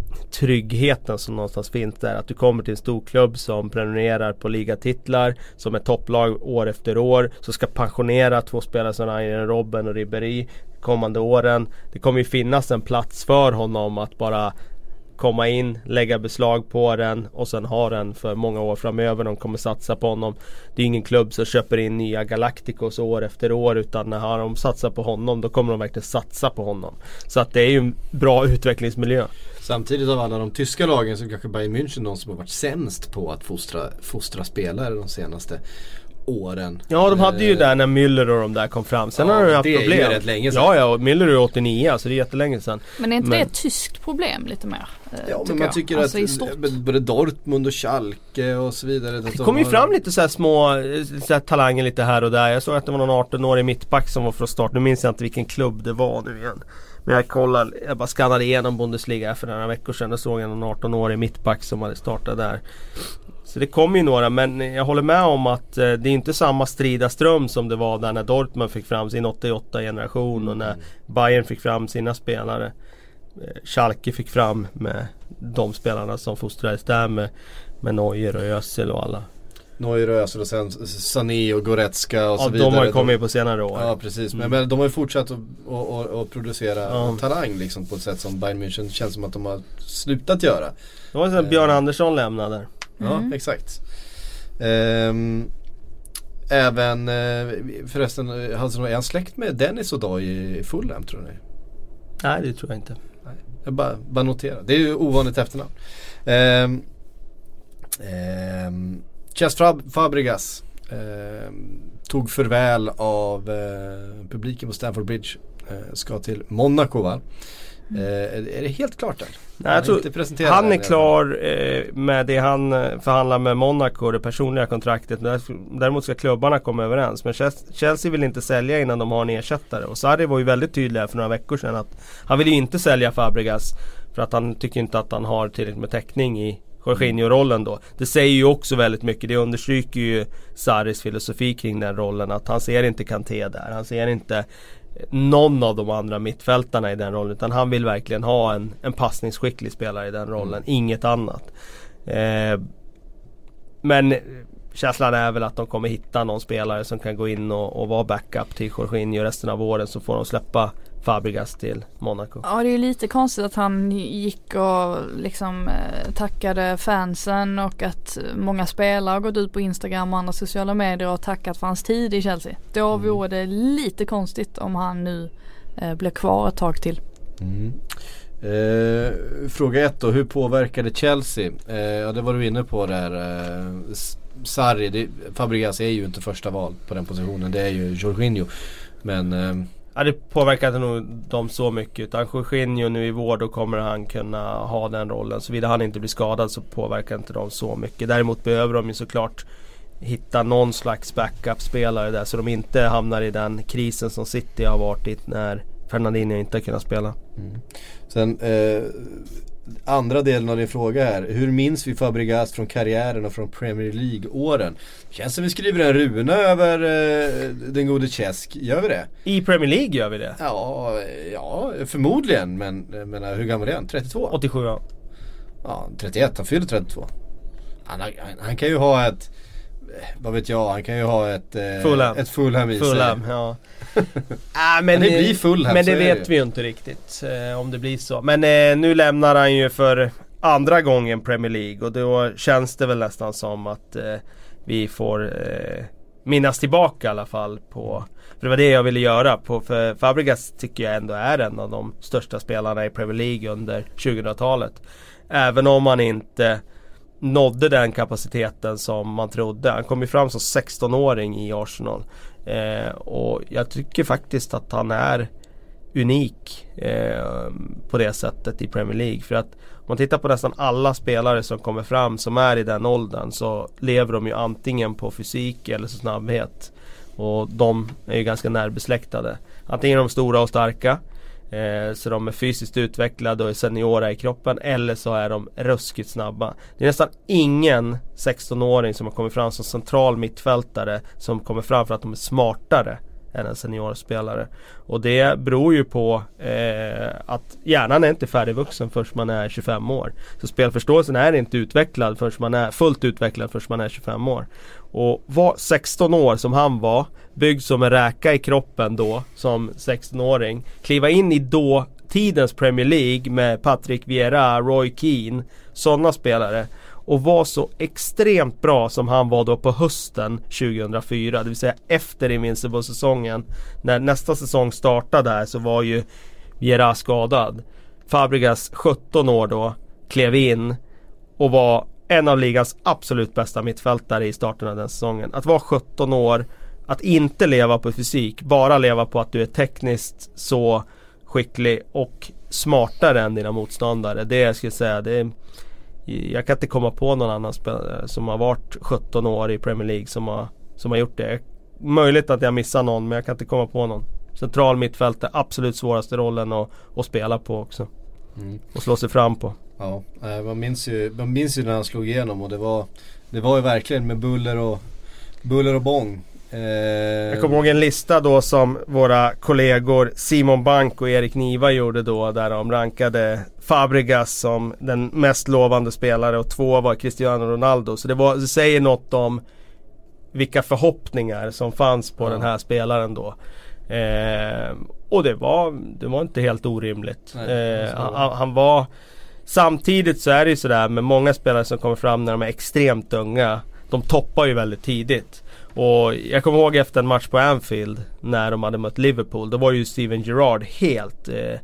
tryggheten som någonstans finns där, att du kommer till en stor klubb som prenumererar på ligatitlar, som är topplag år efter år, så ska pensionera två spelare som Arjen Robben och Ribéry kommande åren. Det kommer ju finnas en plats för honom att bara komma in, lägga beslag på den och sen ha den för många år framöver. De kommer satsa på honom. Det är ingen klubb som köper in nya Galacticos år efter år, utan när de satsar på honom, då kommer de verkligen satsa på honom. Så att det är ju en bra utvecklingsmiljö. Samtidigt av alla de tyska lagen så kanske Bayern München någon som har varit sämst på att fostra, fostra spelare de senaste åren. Ja, de hade ju där när Müller och de där kom fram. Sen ja, har de haft det problem. Det är ju rätt länge sedan. Ja, ja, och Müller är ju åttionio, så det är jättelänge sedan. Men är inte men... det ett tyskt problem lite mer? Ja, men man jag. tycker alltså att både Dortmund och Schalke och så vidare. Det kommer ju har... fram lite så här små så här talanger lite här och där. Jag såg att det var någon arton-årig mittback som var från start. Nu minns jag inte vilken klubb det var nu igen. Men jag kollade, jag bara skannade igenom Bundesliga för några veckor sedan och såg en arton-årig mittback som hade startat där. Så det kommer ju några, men jag håller med om att eh, det är inte samma strida ström som det var där när Dortmund fick fram sin åttioåtta-generation mm. och när Bayern fick fram sina spelare. Eh, Schalke fick fram med de spelarna som fostrades där med, med Neuer och Özil och alla. Neuer och Özil och sen Sané och Goretzka och ja, så vidare. De har ju kommit på senare år. Ja, precis. Mm. Men, men de har ju fortsatt att, att, att, att producera ja. talang liksom, på ett sätt som Bayern München känns som att de har slutat göra. Det var så att Björn Andersson lämnade där. Mm. Ja, exakt. Um, även uh, förresten, är han släkt med Dennis och då i Fulham, tror ni? Nej, det tror jag inte. Nej, jag bara, bara notera. Det är ju ovanligt efternamn. Um, um, Cesc Fabregas um, tog förväl av uh, publiken på Stamford Bridge. Uh, ska till Monaco, va? Mm. Uh, är, är det helt klart där? Nej, jag tror han är klar eh, med det han förhandlar med Monaco, det personliga kontraktet. Däremot ska klubbarna komma överens. Men Chelsea vill inte sälja innan de har en ersättare. Och Sarri var ju väldigt tydlig här för några veckor sedan att han vill ju inte sälja Fabregas för att han tycker inte att han har tillräckligt med täckning i Jorginho-rollen då. Det säger ju också väldigt mycket. Det understryker ju Sarris filosofi kring den rollen, att han ser inte Kanté där. Han ser inte någon av de andra mittfältarna i den rollen, utan han vill verkligen ha en, en passningsskicklig spelare i den rollen, mm. inget annat. Eh, men känslan är väl att de kommer hitta någon spelare som kan gå in och, och vara backup till Jorginho resten av åren, så får de släppa Fabregas till Monaco. Ja, det är ju lite konstigt att han gick och liksom eh, tackade fansen, och att många spelare har gått ut på Instagram och andra sociala medier och tackat för hans tid i Chelsea. Då mm. vore det lite konstigt om han nu eh, blir kvar ett tag till. Mm. Eh, fråga ett då, hur påverkade Chelsea? Eh, ja, det var du inne på där. Eh, Sarri, det, Fabregas är ju inte första val på den positionen, det är ju Jorginho. Men eh, ja, det påverkar nog dem så mycket, utan Jorginho nu i vår, då kommer han kunna ha den rollen. Så vidare han inte blir skadad så påverkar inte dem så mycket. Däremot behöver de ju såklart hitta någon slags backup-spelare där, så de inte hamnar i den krisen som City har varit i när Fernandinho inte har kunnat spela. Mm. Sen eh, andra delen av din fråga här, hur minns vi Fabregas från karriären och från Premier League-åren? Känns som vi skriver en runa över eh, den gode Cesc. Gör vi det? I Premier League gör vi det? Ja, ja förmodligen. Men, men hur gammal är han? trettiotvå? åttiosju, ja. Ja, trettioett. Han fyller trettiotvå. Han, han, han kan ju ha ett vad vet jag, han kan ju ha ett eh, Fulham. ett Fulham i Fulham, sig. ja. ah, men, men det blir Fulham. Men det vet det vi ju inte riktigt eh, om det blir så. Men eh, nu lämnar han ju för andra gången Premier League och då känns det väl nästan som att eh, vi får eh, minnas tillbaka i alla fall på, för det var det jag ville göra på, för Fabregas tycker jag ändå är en av de största spelarna i Premier League under tjugohundratalet. Även om han inte nådde den kapaciteten som man trodde. Han kom ju fram som sexton-åring i Arsenal. Eh, och jag tycker faktiskt att han är unik eh, på det sättet i Premier League. För att om man tittar på nästan alla spelare som kommer fram som är i den åldern, så lever de ju antingen på fysik eller så snabbhet. Och de är ju ganska närbesläktade. Antingen är de stora och starka, Eh, så de är fysiskt utvecklade och är seniora i kroppen, eller så är de ruskigt snabba. Det är nästan ingen sexton-åring som har kommit fram som central mittfältare som kommer fram för att de är smartare än en seniorspelare. Och det beror ju på eh, att hjärnan är inte färdigvuxen förrän man är tjugofem år. Så spelförståelsen är inte utvecklad förrän man är fullt utvecklad förrän man är tjugofem år. Och var sexton år som han var, byggd som en räka i kroppen då som sexton-åring, kliva in i då tidens Premier League med Patrick Vieira, Roy Keane, sådana spelare, och var så extremt bra som han var då på hösten tjugohundrafyra, det vill säga efter Invincible-säsongen. När nästa säsong startade där så var ju Vieira skadad. Fabregas, sjutton år då, klev in och var en av ligans absolut bästa mittfältare i starten av den säsongen. Att vara sjutton år, att inte leva på fysik, bara leva på att du är tekniskt så skicklig och smartare än dina motståndare. Det jag skulle säga, det är, jag kan inte komma på någon annan spelare som har varit sjutton år i Premier League som har, som har gjort det. Möjligt att jag missar någon, men jag kan inte komma på någon. Central mittfält är absolut svåraste rollen att, att spela på också. Mm. Och slå sig fram på. Ja, man minns ju, man minns ju när han slog igenom, och det var, det var ju verkligen med buller och buller och bång. Eh... Jag kommer ihåg en lista då som våra kollegor Simon Bank och Erik Niva gjorde då, där de rankade Fabregas som den mest lovande spelare och två var Cristiano Ronaldo. Så det, var, det säger något om vilka förhoppningar som fanns på ja. den här spelaren då. Eh, och det var, det var inte helt orimligt. Nej, eh, han, han var, samtidigt så är det ju sådär med många spelare som kommer fram när de är extremt unga. De toppar ju väldigt tidigt. Och jag kommer ihåg efter en match på Anfield när de hade mött Liverpool, då var ju Steven Gerrard helt eh,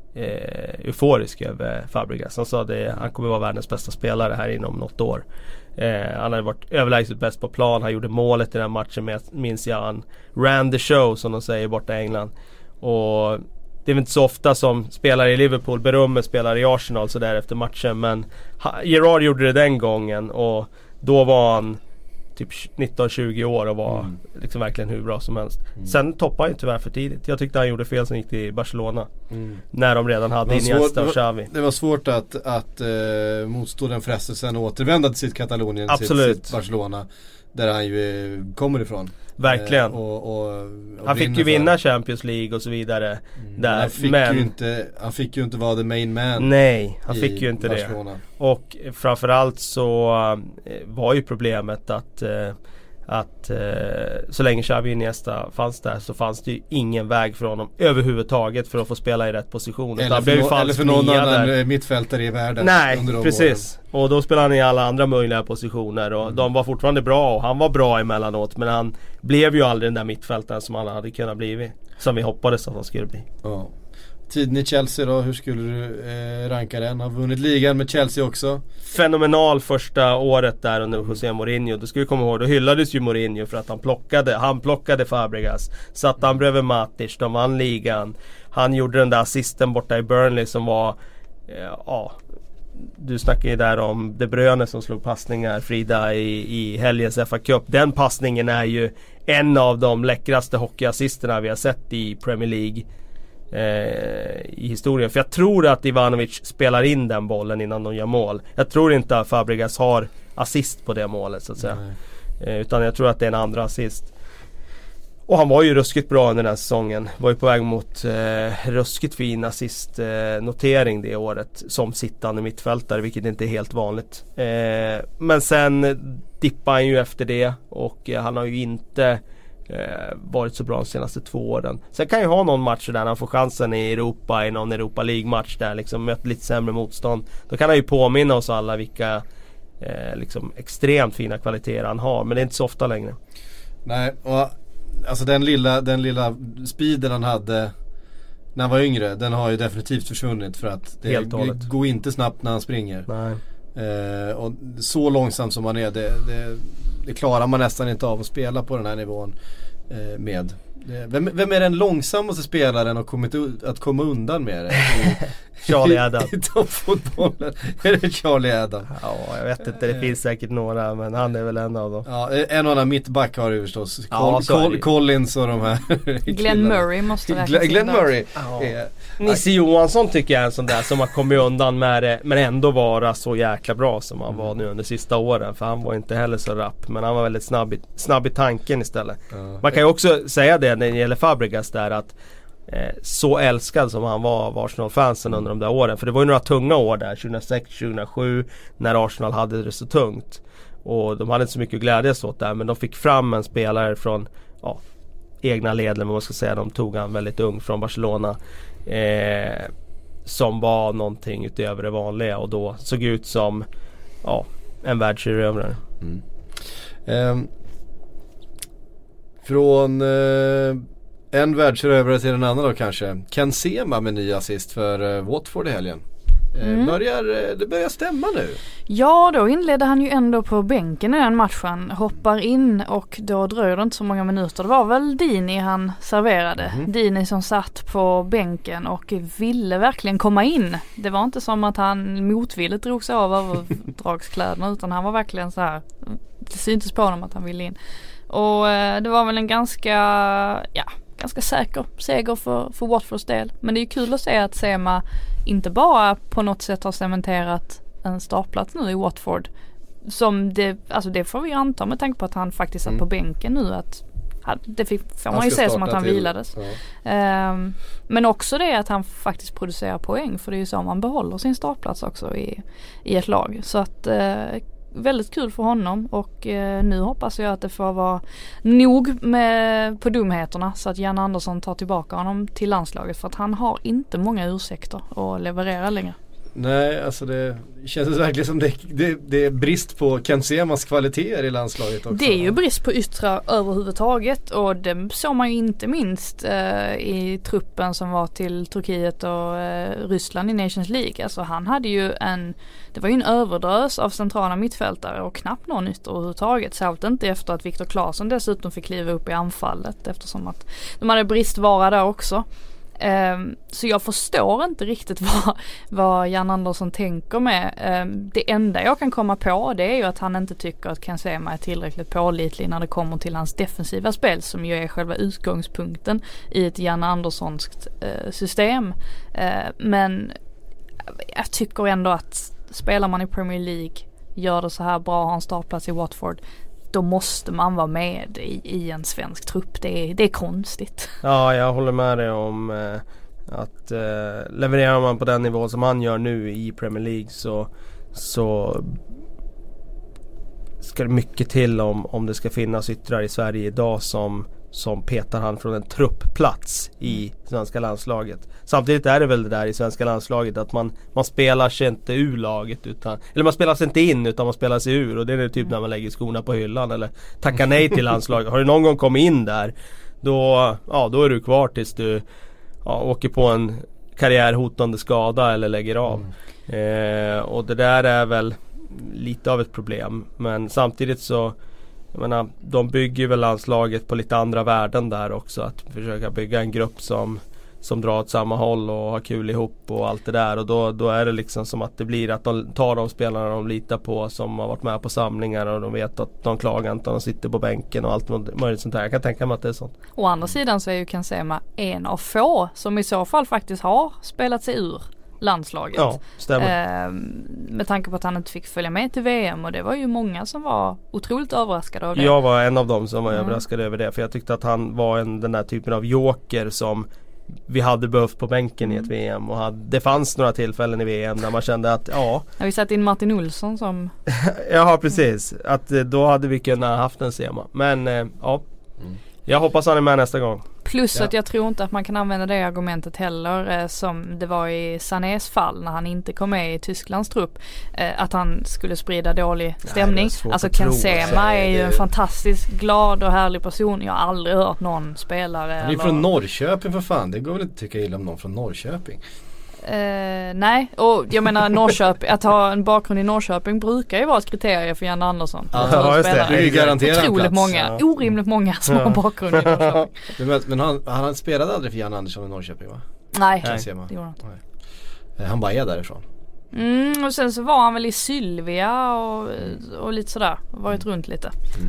eh, euforisk över Fabregas. Han sa att han kommer vara världens bästa spelare här inom något år. Eh, han hade varit överlägset bäst på plan. Han gjorde målet i den matchen med, minns jag, han ran the show som de säger borta i England. Och det är väl inte så ofta som spelare i Liverpool berömmer spelare i Arsenal så där efter matchen, men ha, Gerrard gjorde det den gången, och då var han typ nitton tjugo år och var mm. liksom verkligen hur bra som helst. Mm. Sen toppade han ju tyvärr för tidigt. Jag tyckte han gjorde fel som gick till Barcelona. Mm. När de redan hade Iniesta och Xavi. Det var svårt att, att uh, motstå den frestelsen och återvända till sitt Katalonien, Absolut. Sitt, sitt Barcelona, där han ju kommer ifrån. Verkligen. Uh, och, och, och han fick ju vinna Champions League och så vidare. Mm. Där. Han, fick men... ju inte, han fick ju inte vara the main man. Nej, han fick ju inte Barcelona. Det. Och framförallt så uh, var ju problemet att uh, att uh, så länge Xavi Iniesta fanns där så fanns det ju ingen väg för honom överhuvudtaget för att få spela i rätt position. Eller för, no- eller för någon annan där. mittfältare i världen. Nej, under de precis. Åren. Och då spelade han i alla andra möjliga positioner och mm. de var fortfarande bra och han var bra emellanåt, men han blev ju aldrig den där mittfältaren som han hade kunnat bli, som vi hoppades att han skulle bli. Ja. Tiden i Chelsea då, hur skulle du eh, ranka den? Har vunnit ligan med Chelsea också. Fenomenal första året där under José Mourinho. Då ska vi komma ihåg, då hyllades ju Mourinho för att han plockade, han plockade Fabregas. Satt han bredvid Matic, de vann ligan. Han gjorde den där assisten borta i Burnley som var, eh, ja, du snackar ju där om De Bruyne som slog passningar, Frida, i, i helgens F A Cup. Den passningen är ju en av de läckraste hockeyassisterna vi har sett i Premier League Eh, i historien. För jag tror att Ivanovic spelar in den bollen innan de gör mål. Jag tror inte att Fabregas har assist på det målet så att säga. eh, Utan jag tror att det är en andra assist. Och han var ju ruskigt bra under den här säsongen. Var ju på väg mot eh, ruskigt fin assist-notering eh, det året som sittande mittfältare, vilket inte är helt vanligt. Eh, men sen dippade han ju efter det och eh, han har ju inte eh, varit så bra de senaste två åren. Sen kan ju ha någon match där han får chansen i Europa, i någon Europa League-match där liksom möter lite sämre motstånd. Då kan han ju påminna oss alla vilka eh, liksom extremt fina kvaliteter han har, men det är inte så ofta längre. Nej, och alltså den lilla, den lilla speeden han hade när han var yngre, den har ju definitivt försvunnit för att det går inte snabbt när han springer. Nej. Eh, och så långsamt som han är, det, det, det klarar man nästan inte av att spela på den här nivån eh, med. Vem, vem är den långsammaste spelaren att, kommit, att komma undan med det? Charlie Adam. I toppfotbollen. Är det Charlie Adam? Ja, jag vet inte. Det finns säkert några, men han är väl en av dem. Ja, en av de mittback har du förstås. Ja, Col- Col- Collins och de här. Glenn Murray måste räknas Glenn, Glenn Murray. Ja. Är, Nisse Johansson tycker jag är en sån där som har kommit undan med det, men ändå vara så jäkla bra som han var nu under sista åren. För han var inte heller så rapp, men han var väldigt snabb i, snabb i tanken istället. Ja. Man kan ju också säga det när det gäller Fabregas där, att eh, så älskad som han var av Arsenal-fansen under de där åren. För det var ju några tunga år där, tjugohundrasex tjugohundrasju, när Arsenal hade det så tungt. Och de hade inte så mycket glädje åt där, men de fick fram en spelare från ja, egna leden, men man ska säga, de tog han väldigt ung från Barcelona. Eh, som var någonting utöver det vanliga och då såg ut som ja, en världserövrare. Mm. Um, från uh, en världserövrare till en annan då kanske. Ken Sema med ny assist för uh, Watford i helgen. Mm. Börjar, det börjar stämma nu. Ja, då inledde han ju ändå på bänken i den matchen. Hoppar in och då dröjer det inte så många minuter. Det var väl Dini han serverade. Mm. Dini som satt på bänken och ville verkligen komma in. Det var inte som att han motvilligt drog sig av överdragskläderna, utan han var verkligen så här. Det syntes på honom att han ville in. Och eh, det var väl en ganska, ja, ganska säker seger för, för Watfords del. Men det är ju kul att se att Sema inte bara på något sätt har cementerat en startplats nu i Watford. Som det, alltså det får vi anta med tanke på att han faktiskt satt mm. på bänken nu. Att det fick, får man ju se som att han till. vilades. Ja. Um, men också det att han faktiskt producerar poäng. För det är ju så man behåller sin startplats också i, i ett lag. Så att uh, väldigt kul för honom och eh, nu hoppas jag att det får vara nog med på dumheterna så att Jan Andersson tar tillbaka honom till landslaget, för att han har inte många ursäkter att leverera längre. Nej, alltså det känns verkligen som det, det, det är brist på Ken Semas kvaliteter i landslaget också. Det är ju brist på yttra överhuvudtaget, och det såg man ju inte minst eh, i truppen som var till Turkiet och eh, Ryssland i Nations League. Alltså han hade ju en, det var ju en överdrös av centrala mittfältare och knappt någon ytter överhuvudtaget. Särskilt inte efter att Viktor Claesson dessutom fick kliva upp i anfallet, eftersom att de hade bristvara där också. Um, så jag förstår inte riktigt vad, vad Jan Andersson tänker med. Um, det enda jag kan komma på, det är ju att han inte tycker att Ken Sema är tillräckligt pålitlig när det kommer till hans defensiva spel, som ju är själva utgångspunkten i ett Jan Anderssonskt uh, system. Uh, men jag tycker ändå att spelar man i Premier League, gör det så här bra, har en startplats i Watford, då måste man vara med i, i en svensk trupp. Det är, det är konstigt. Ja, jag håller med dig om eh, att eh, levererar man på den nivå som han gör nu i Premier League, så, så ska det mycket till om, om det ska finnas yttrar i Sverige idag som, som petar han från en truppplats i svenska landslaget. Samtidigt är det väl det där i svenska landslaget att man, man spelar sig inte ur laget, utan, eller man spelar sig inte in utan man spelar sig ur, och det är det typ när man lägger skorna på hyllan eller tackar nej till landslaget. Har du någon gång kommit in där, då, ja, då är du kvar tills du ja, åker på en karriärhotande skada eller lägger av. Mm. Eh, och det där är väl lite av ett problem, men samtidigt så, jag menar, de bygger väl landslaget på lite andra värden där också, att försöka bygga en grupp som som drar åt samma håll och har kul ihop och allt det där, och då, då är det liksom som att det blir att de tar de spelarna de litar på, som har varit med på samlingar, och de vet att de klagar inte, de sitter på bänken och allt möjligt sånt där. Jag kan tänka mig att det är sånt. Å andra sidan så är ju Ken Sema en av få som i så fall faktiskt har spelat sig ur landslaget. Ja, stämmer. Eh, med tanke på att han inte fick följa med till V M och det var ju många som var otroligt överraskade av det. Jag var en av dem som var Mm. överraskad över det, för jag tyckte att han var en, den där typen av joker som vi hade behövt på bänken i ett V M, och hade, det fanns några tillfällen i V M där man kände att ja, Har vi satt in Martin Olsson som ja precis, att eh, då hade vi kunnat haft en sema, men eh, ja jag hoppas han är med nästa gång. plus Ja. att jag tror inte att man kan använda det argumentet heller eh, som det var i Sanés fall när han inte kom med i Tysklands trupp, eh, att han skulle sprida dålig stämning. är svårt Alltså att tro, Ken alltså. Sema är ju Det- en fantastiskt glad och härlig person. Jag har aldrig hört någon spelare Han är eller- från Norrköping för fan. Det går väl inte att tycka illa om någon från Norrköping. Eh, nej, och jag menar Norrköping, att ha en bakgrund i Norrköping brukar ju vara ett kriterie för Jan Andersson. Ja, För just det. spelare. Du är ju garanterad en Otroligt plats. många, Ja. orimligt många som har bakgrund i Norrköping. Men, men han, han spelade aldrig för Jan Andersson i Norrköping, va? Nej, Kan se man. det gjorde han inte. Eh, Han bara är därifrån. Mm, och sen så var han väl i Sylvia och, och lite sådär, varit runt lite.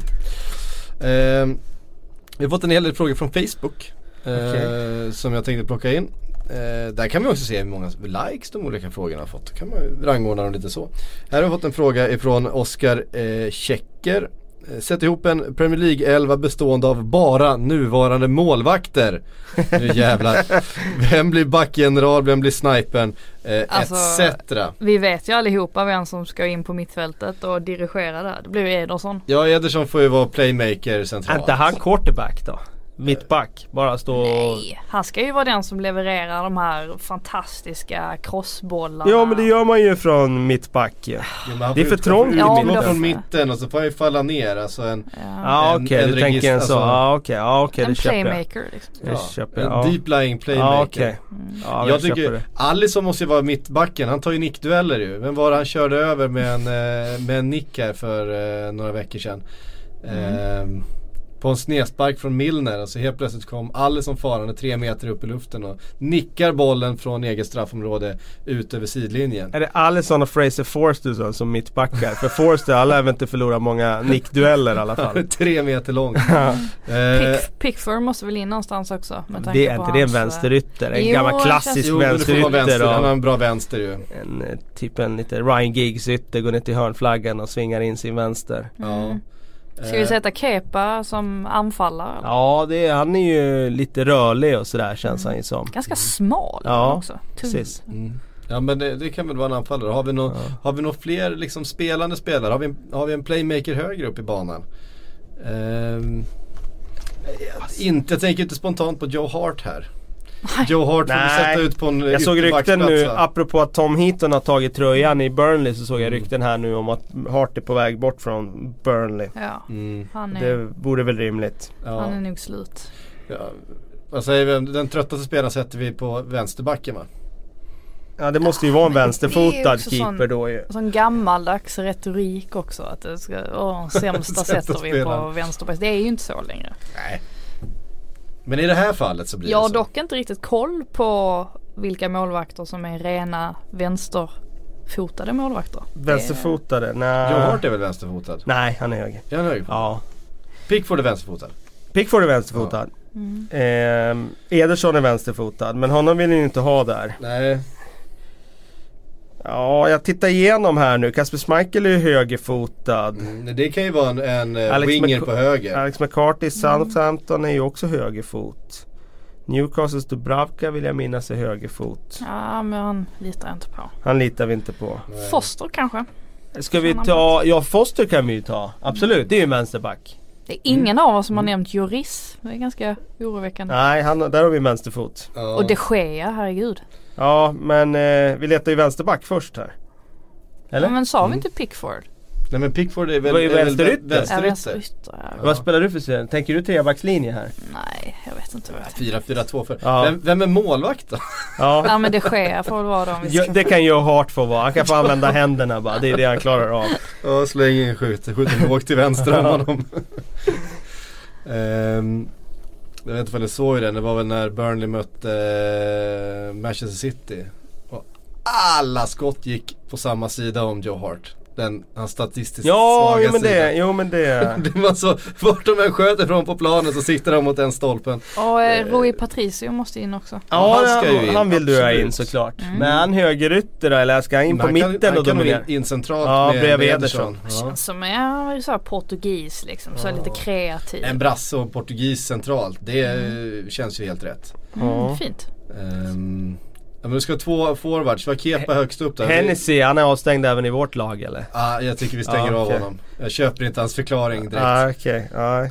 Eh, vi har fått en hel del frågor från Facebook eh, Okej. som jag tänkte plocka in. Eh, där kan vi också se hur många likes de olika frågorna har fått. Då kan man ju rangordna dem lite så. Här har vi fått en fråga ifrån Oskar eh, Checker. Eh, Sätt ihop en Premier League-elva bestående av bara nuvarande målvakter. Nu jävlar. Vem blir backgeneral, vem blir snipern, eh, Alltså, et cetera. Vi vet ju allihopa vem som ska in på mittfältet och dirigera där. Det blir ju Ederson. Ja, Ederson får ju vara playmaker Är centralt. inte han quarterback då? Mittback, bara stå och... Nej, han ska ju vara den som levererar de här fantastiska crossbollarna. Ja men det gör man ju från mittback ju. Jo, men han Det är får för utgå trångt från- i utgå mitten. från mitten och så får han ju falla ner. Alltså en, Ja. Ja En- okej, en du tänker en regist- så. alltså- Ja okej, ja okej En det köper jag. playmaker liksom. Det ja, köper en jag. deep lying playmaker. Ja okej. Ja, Jag jag köper tycker det. Alisson måste ju vara mittbacken. Han tar ju nickdueller ju. Vem var det han körde över med en, eh, med en nick här för eh, några veckor sedan? Ehm, på en snedspark från Milner. Alltså helt plötsligt kom Alisson farande tre meter upp i luften och nickar bollen från eget straffområde ut över sidlinjen. Är det Alisson och Fraser Forster så, som mittbackar? För Forster, alla har väl inte förlorat många nickdueller i alla fall. tre meter lång. eh, Pick, Pickford måste väl in någonstans också. Med tanke Det är på inte det en hans, eh, vänsterytter? En Jo, gammal det klassisk känns- jo, men det får vara vänsterytter. vänster. Han har Och en bra vänster ju. en, eh, typ en lite Ryan Giggs-ytter, går ner till hörnflaggan och svingar in sin vänster. Ja. Ska vi sätta Kepa som anfallare? eller? Ja, det är, han är ju lite rörlig och sådär känns han ju som. Ganska smal Ja, också. Tung. precis. Mm. Ja men det, det kan väl vara en anfallare. Har vi några har vi några fler liksom spelande spelare? Har vi, en- har vi en playmaker högre upp i banan? Ehm, inte, jag tänker inte spontant på Joe Hart här. Joe Hart får vi Nej. sätta ut på en Jag såg rykten nu, ytterbacksplats, va? apropå att Tom Heaton har tagit tröjan i Burnley, så såg jag rykten här nu om att Hart är på väg bort från Burnley. Ja, Mm. han är, Det vore väl rimligt. Ja. han är nog slut. Ja. Vad säger vi? Den tröttaste spelaren sätter vi på vänsterbacken, va? Ja, det måste ju vara en det är vänsterfotad också keeper sån- då ju. Sån gammaldags retorik också. Att det ska, åh, sämsta sätter vi på spelaren. vänsterback. Det är ju inte så längre. Nej. Men i det här fallet så blir Jag det har så. dock inte riktigt koll på vilka målvakter som är rena vänsterfotade målvakter. Vänsterfotade? Nej. Joe Hart är väl vänsterfotad? Nej, han är höger. Är han högerfotad? Ja. Pickford är vänsterfotad. Pickford är vänsterfotad. Mm. Ehm, Ederson är vänsterfotad, men honom vill ni inte ha där. Nej. Ja, jag tittar igenom här nu. Kasper Schmeichel är ju högerfotad. Mm, det kan ju vara en, en eh, Alex winger McC- på höger. Alex McCarthy i Southampton är ju också högerfot. Newcastles Dubravka vill jag minnas är högerfot. Ja, men han litar jag inte på. Han litar vi inte på. Nej. Foster kanske. Ska vi Annan ta, ja Foster kan vi ju ta. Absolut, det är ju en vänsterback. Det är ingen av oss som har nämnt Lloris. Det är ganska oroväckande. Nej, han, där har vi en vänsterfot. Ja. Och de Gea, herregud. Ja, men eh, vi letar ju vänsterback först här. Eller? Ja, men sa vi inte Pickford? Nej men Pickford är väl, Vad är är väl vänsterytter? vä- Ja, vänsterytter. vänsterytter. Ja. Vad spelar du för serien? Tänker du trebackslinje här? Nej, jag vet inte vad jag tänker. fyra fyra två för. Ja. Vem, vem är målvakt då? Ja, Ja, men de Gea får väl vara de vi ja ska. det kan Joe Hart få vara. Han kan få använda händerna bara. Det är det han klarar av. Ja, släng in skjut. Skjuter lågt till vänster om honom. um, jag vet inte om ni såg den. Det var väl när Burnley mötte uh, Manchester City. Och alla skott gick på samma sida om Joe Hart. den hans statistiskt Ja, svaga jo men sida. det, jo men det. Det var så, vart de än sköter från på planen så sitter de mot den stolpen. Och eh, Rui Patricio måste in också. Ja, han han, ska ju in, han vill du ha absolut. in såklart. Mm. Men han högerytter då, eller ska han in Men på han mitten kan, och han kan dominera? nog in, in centralt Ja, med, bredvid med Ederson. Ederson. Ja. Känns som är så här portugis liksom, så här lite kreativ. En brasse och portugis centralt, det mm. känns ju helt rätt. Mm, fint. Um, ja, men du ska ha två forwards, var Kepa högst upp där. Hennessy, han är avstängd även i vårt lag eller? Ja, ah, jag tycker vi stänger ah, okay. av honom. Jag köper inte hans förklaring direkt. Ah, okej, okay. ah.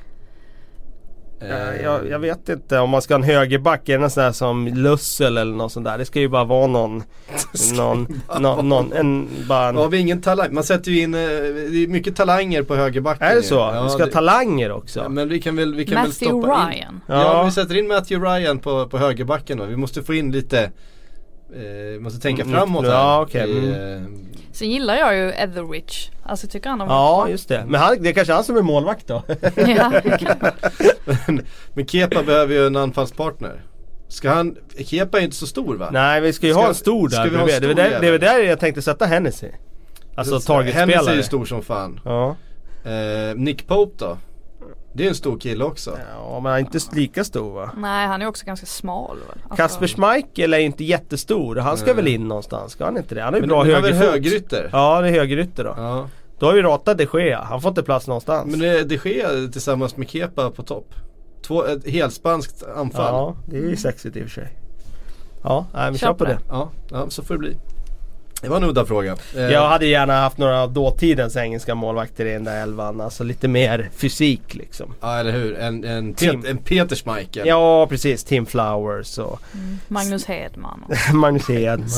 Uh, jag, jag vet inte om man ska ha en högerback, är det någon sån där som Lussel eller något sånt där. Det ska ju bara vara någon, någon, någon, någon en, bara en... Ja, vi har ingen talang. Man sätter ju in, det är mycket talanger på högerbacken. Är det så? Ja, vi ska ha det... talanger också. Ja, men vi kan väl, vi kan väl Matthew stoppa Ryan. in. Ja, ja vi sätter in Matthew Ryan på, på högerbacken då. Vi måste få in lite, eh, måste tänka Mm, framåt här. ja, okay. I, mm. eh, Sen gillar jag ju Etheridge. Alltså tycker han har Ja, just det. Men han, det är kanske han som är målvakt då. Ja, okay. men, men Kepa behöver ju en anfallspartner. Ska han, Kepa är inte så stor va? Nej, vi ska ju Ska- ha en stor där. ska vi ha en det, är stor väl där det är väl jävel? där jag tänkte sätta Hennessy. Alltså Hennessy är targetspelare. ju stor som fan. Ja. Eh, Nick Pope då? Det är en stor kille också. Ja, men han är inte lika stor va? Nej, han är också ganska smal väl. Alltså, Kasper Schmeichel är inte jättestor. Han ska Nej. väl in någonstans, ska han inte det? Han är ju Men, bra men han är väl högerfot. högerytter? Ja, det är högerytter då. Ja. Då har vi ratat de Gea. Han får inte plats någonstans. Men det, det sker tillsammans med Kepa på topp. Två, ett helspanskt anfall. Ja, det är ju sexigt i och för sig. Ja, nej, vi Kör kör på på det. det. Ja, ja, så får det bli. Det var en udda fråga. Eh, Jag hade gärna haft några av dåtidens engelska målvakter i den där elvan. Alltså lite mer fysik liksom. Ja, eller hur? En, en, Tim. Pet, en Peter Schmeichel. Ja, precis. Tim Flowers och mm, Magnus Hedman. Och... Magnus Hedman.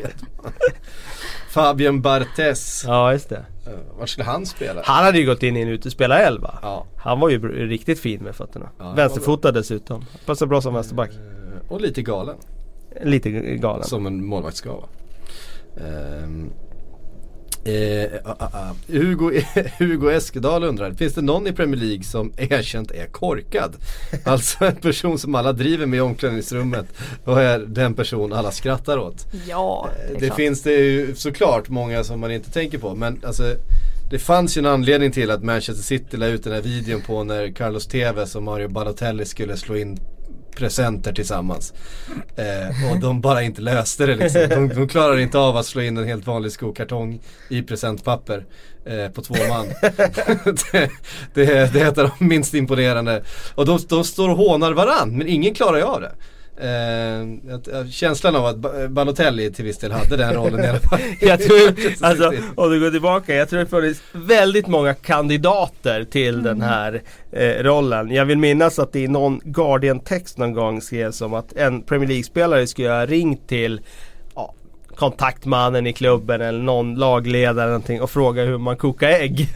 Fabian Barthez. Ja, just det. Uh, var skulle han spela? Han hade ju gått in i en utespelarelva. Ja. Han var ju br- riktigt fin med fötterna. Ja, Vänsterfotad dessutom. Passar bra som vänsterback. Uh, och lite galen. Lite galen. Som en målvakt ska vara. Um, eh, uh, uh, uh. Hugo, Hugo Eskedal undrar, finns det någon i Premier League som erkänt är korkad? Alltså en person som alla driver med i omklädningsrummet och är den person alla skrattar åt. Ja, det, är Det klart. finns det ju såklart många som man inte tänker på, men alltså det fanns ju en anledning till att Manchester City la ut den här videon på när Carlos Tevez och Mario Balotelli skulle slå in presenter tillsammans. Eh, och de bara inte löste det liksom. De, de klarar inte av att slå in en helt vanlig skokartong i presentpapper eh, på två man. det, det, det heter de minst imponerande. Och de, de står och hånar varann, men ingen klarar ju av det. Eh, att, känslan av att Balotelli till viss del hade den rollen i alla fall. Jag tror, alltså, om du går tillbaka, jag tror det funnits väldigt många kandidater till mm. den här eh, rollen. Jag vill minnas att det i någon Guardian-text någon gång skrevs om att en Premier League-spelare skulle ha ringt till ja, kontaktmannen i klubben eller någon lagledare eller någonting och fråga hur man kokar ägg.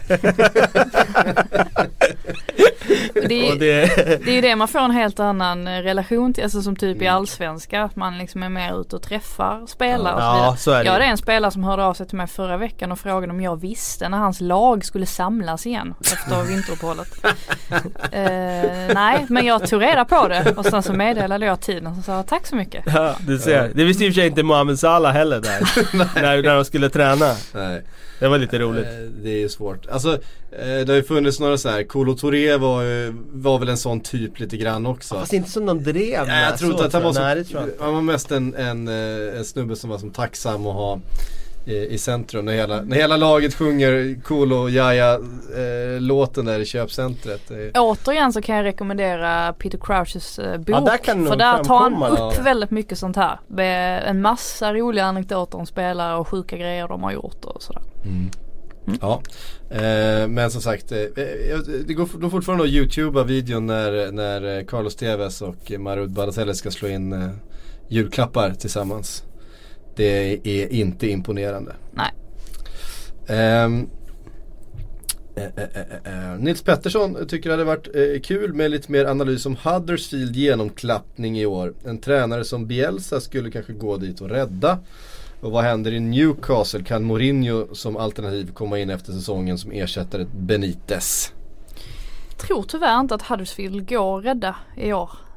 Det är, det... det är ju det man får en helt annan relation till, alltså som typ i allsvenska, att man liksom är mer ute och träffar spelare och så vidare. Ja, så är det. Jag hade en spelare som hörde av sig till mig förra veckan och frågade om jag visste när hans lag skulle samlas igen efter vinteruppehållet. uh, nej, men jag tog reda på det och sen så meddelade jag tiden och sa tack så mycket. Ja, du ser. Det visste i och för sig inte Mohamed Salah heller där när, när de skulle träna. Nej. Det var lite roligt. Det är ju svårt. Alltså, det har ju funnits några så här. Kolo Touré var, var väl en sån typ lite grann också. Ja, fast inte som de drev. Nej, jag tror inte att han var så. Nej, det tror jag inte. Han var mest en, en, en snubbe som var som tacksam att ha i, i centrum. När hela, när hela laget sjunger Kolo Jaja eh, låten där i köpcentret. Återigen så kan jag rekommendera Peter Crouches eh, bok. Ja, där kan för där tar han upp ja. väldigt mycket sånt här. Med en massa roliga anekdoter om spelare och sjuka grejer de har gjort och sådär. Mm. Mm. Ja, eh, men som sagt eh, det går, går fortfarande att YouTubea videon när, när Carlos Tevez och Mario Balotelli ska slå in eh, julklappar tillsammans. Det är inte imponerande. Nej. Um, eh, eh, eh, Nils Pettersson tycker det hade varit eh, kul med lite mer analys om Huddersfield genomklappning i år. En tränare som Bielsa skulle kanske gå dit och rädda. Och vad händer i Newcastle? Kan Mourinho som alternativ komma in efter säsongen som ersätter ett Benitez? Jag tror tyvärr inte att Huddersfield går rädda i år.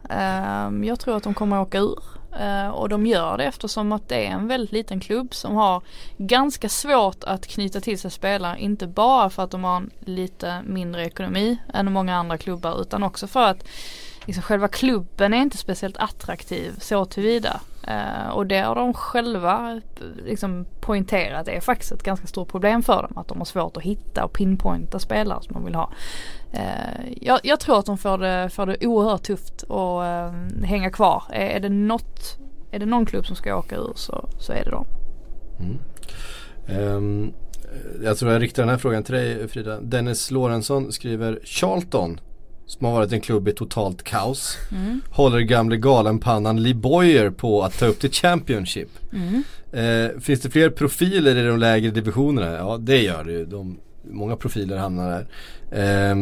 Um, jag tror att de kommer att åka ur. Uh, och de gör det eftersom att det är en väldigt liten klubb som har ganska svårt att knyta till sig spelare. Inte bara för att de har en lite mindre ekonomi än många andra klubbar, utan också för att liksom, själva klubben är inte speciellt attraktiv så tillvida. Uh, och det har de själva liksom, poängterat. Det är faktiskt ett ganska stort problem för dem att de har svårt att hitta och pinpointa spelare som de vill ha. Uh, jag, jag tror att de får det, får det oerhört tufft att uh, hänga kvar. Är, är, det något, är det någon klubb som ska åka ur så, så är det dem. Mm. Um, jag tror jag riktar den här frågan till dig, Frida. Dennis Lorentzon skriver: Charlton, som har varit en klubb i totalt kaos, mm. håller gamle galenpannan Lee Boyer på att ta upp till Championship. Mm. Eh, finns det fler profiler i de lägre divisionerna? Ja, det gör det ju. De, många profiler hamnar där. Eh,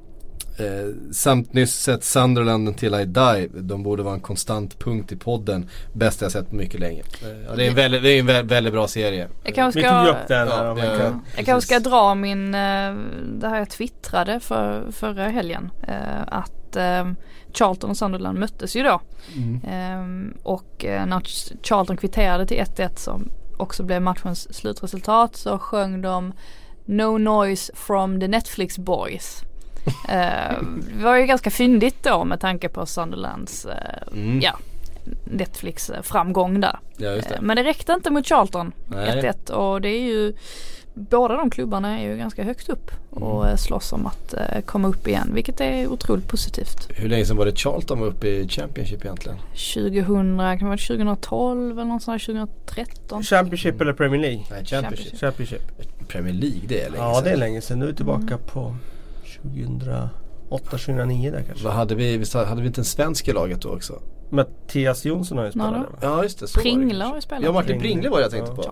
eh, samt nyss sett Sunderland Until I Die. De borde vara en konstant punkt i podden. Bästa jag sett på mycket länge. Eh, ja, det är en väldigt, det är en väldigt, väldigt bra serie. Jag kanske ska, Vi tog upp den här, ja, ja, jag, jag kanske ska dra min, det här jag twittrade för, förra helgen. Att eh, Charlton och Sunderland möttes ju då. Mm. Eh, och när Charlton kvitterade till ett ett som också blev matchens slutresultat, så sjöng de No Noise from the Netflix Boys. uh, det var ju ganska fyndigt då med tanke på Sunderlands uh, mm. ja, Netflix-framgång där. Ja, just det. Uh, men det räckte inte mot Charlton ett ett, och det är ju båda de klubbarna är ju ganska högt upp och mm. slåss om att uh, komma upp igen, vilket är otroligt positivt. Hur länge sedan var det Charlton var uppe i Championship egentligen? tjugohundra, kan det vara tjugotolv eller något sånt, tjugotretton. Championship mm. eller Premier League? Nej, Championship. Championship. Premier League, det är länge ja, sedan. det är länge sedan. Nu är vi tillbaka mm. på tjugohundraåtta tjugohundranio där kanske. Vad hade vi, hade vi inte en svensk i laget då också? Mattias Jonsson har ju spelat där. Ja, just det. Så Pringla har ju spelat. Ja, Martin Pringle var det jag tänkte ja. på.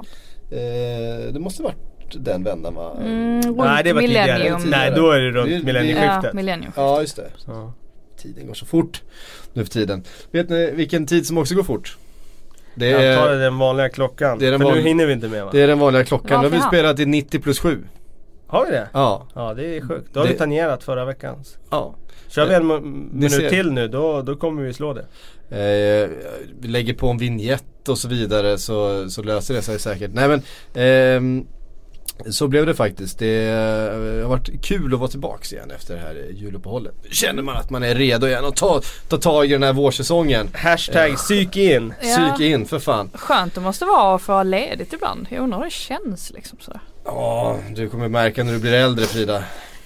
Eh, det måste varit den vändan, va? Mm, Nej, det var millennium. tidigare. Nej, då är det runt millennieskiftet. Ja, millennieskiftet. Ja, just det. Så. Tiden går så fort nu för tiden. Vet ni vilken tid som också går fort? Det är, jag tar den vanliga klockan. Det är den för van... nu hinner vi inte med, va? Det är den vanliga klockan. Då har vi spelat i nittio plus sju. Har vi det? Ja. Ja, det är sjukt. Då har det... vi tangerat förra veckans. Ja. Kör vi en m- minut ser... till nu, då, då kommer vi slå det. Eh, vi lägger på en vignett och så vidare, så, så löser det sig säkert. Nej men, eh, så blev det faktiskt. Det har varit kul att vara tillbaks igen efter det här juluppehållet. Känner man att man är redo igen och ta, ta tag i den här vårsäsongen. Hashtag eh, psyk in. Ja. Psyk in, för fan. Skönt det måste vara för att ha ledigt ibland. Jag undrar hur det känns liksom så. Ja, du kommer märka när du blir äldre, Frida.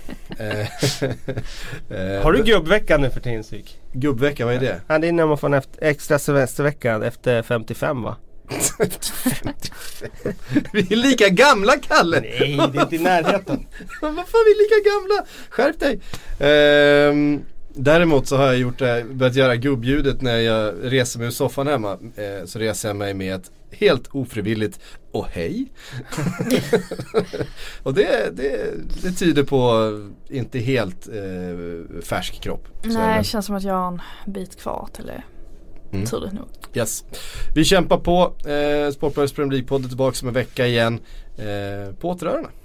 Har du gubbvecka nu för tiden, psyk? Gubbvecka, vad är det? Ja, det är när man får en efter, extra semestervecka efter femtiofem, va? Vi är lika gamla, Kalle. Nej, det är inte i närheten. Vad fan, vi är lika gamla? Skärp dig. ehm, Däremot så har jag gjort det, börjat göra gubbljudet när jag reser mig ur soffan hemma. eh, Så reser jag mig med ett helt ofrivilligt och hej. Och det, det, det tyder på inte helt eh, färsk kropp. Så nej, det känns som att jag har en bit kvar till det. Mm. Turligt nog. Yes. Vi kämpar på. eh, Sportbladets Premier League-podd är tillbaka om en vecka igen. eh, På återhörande.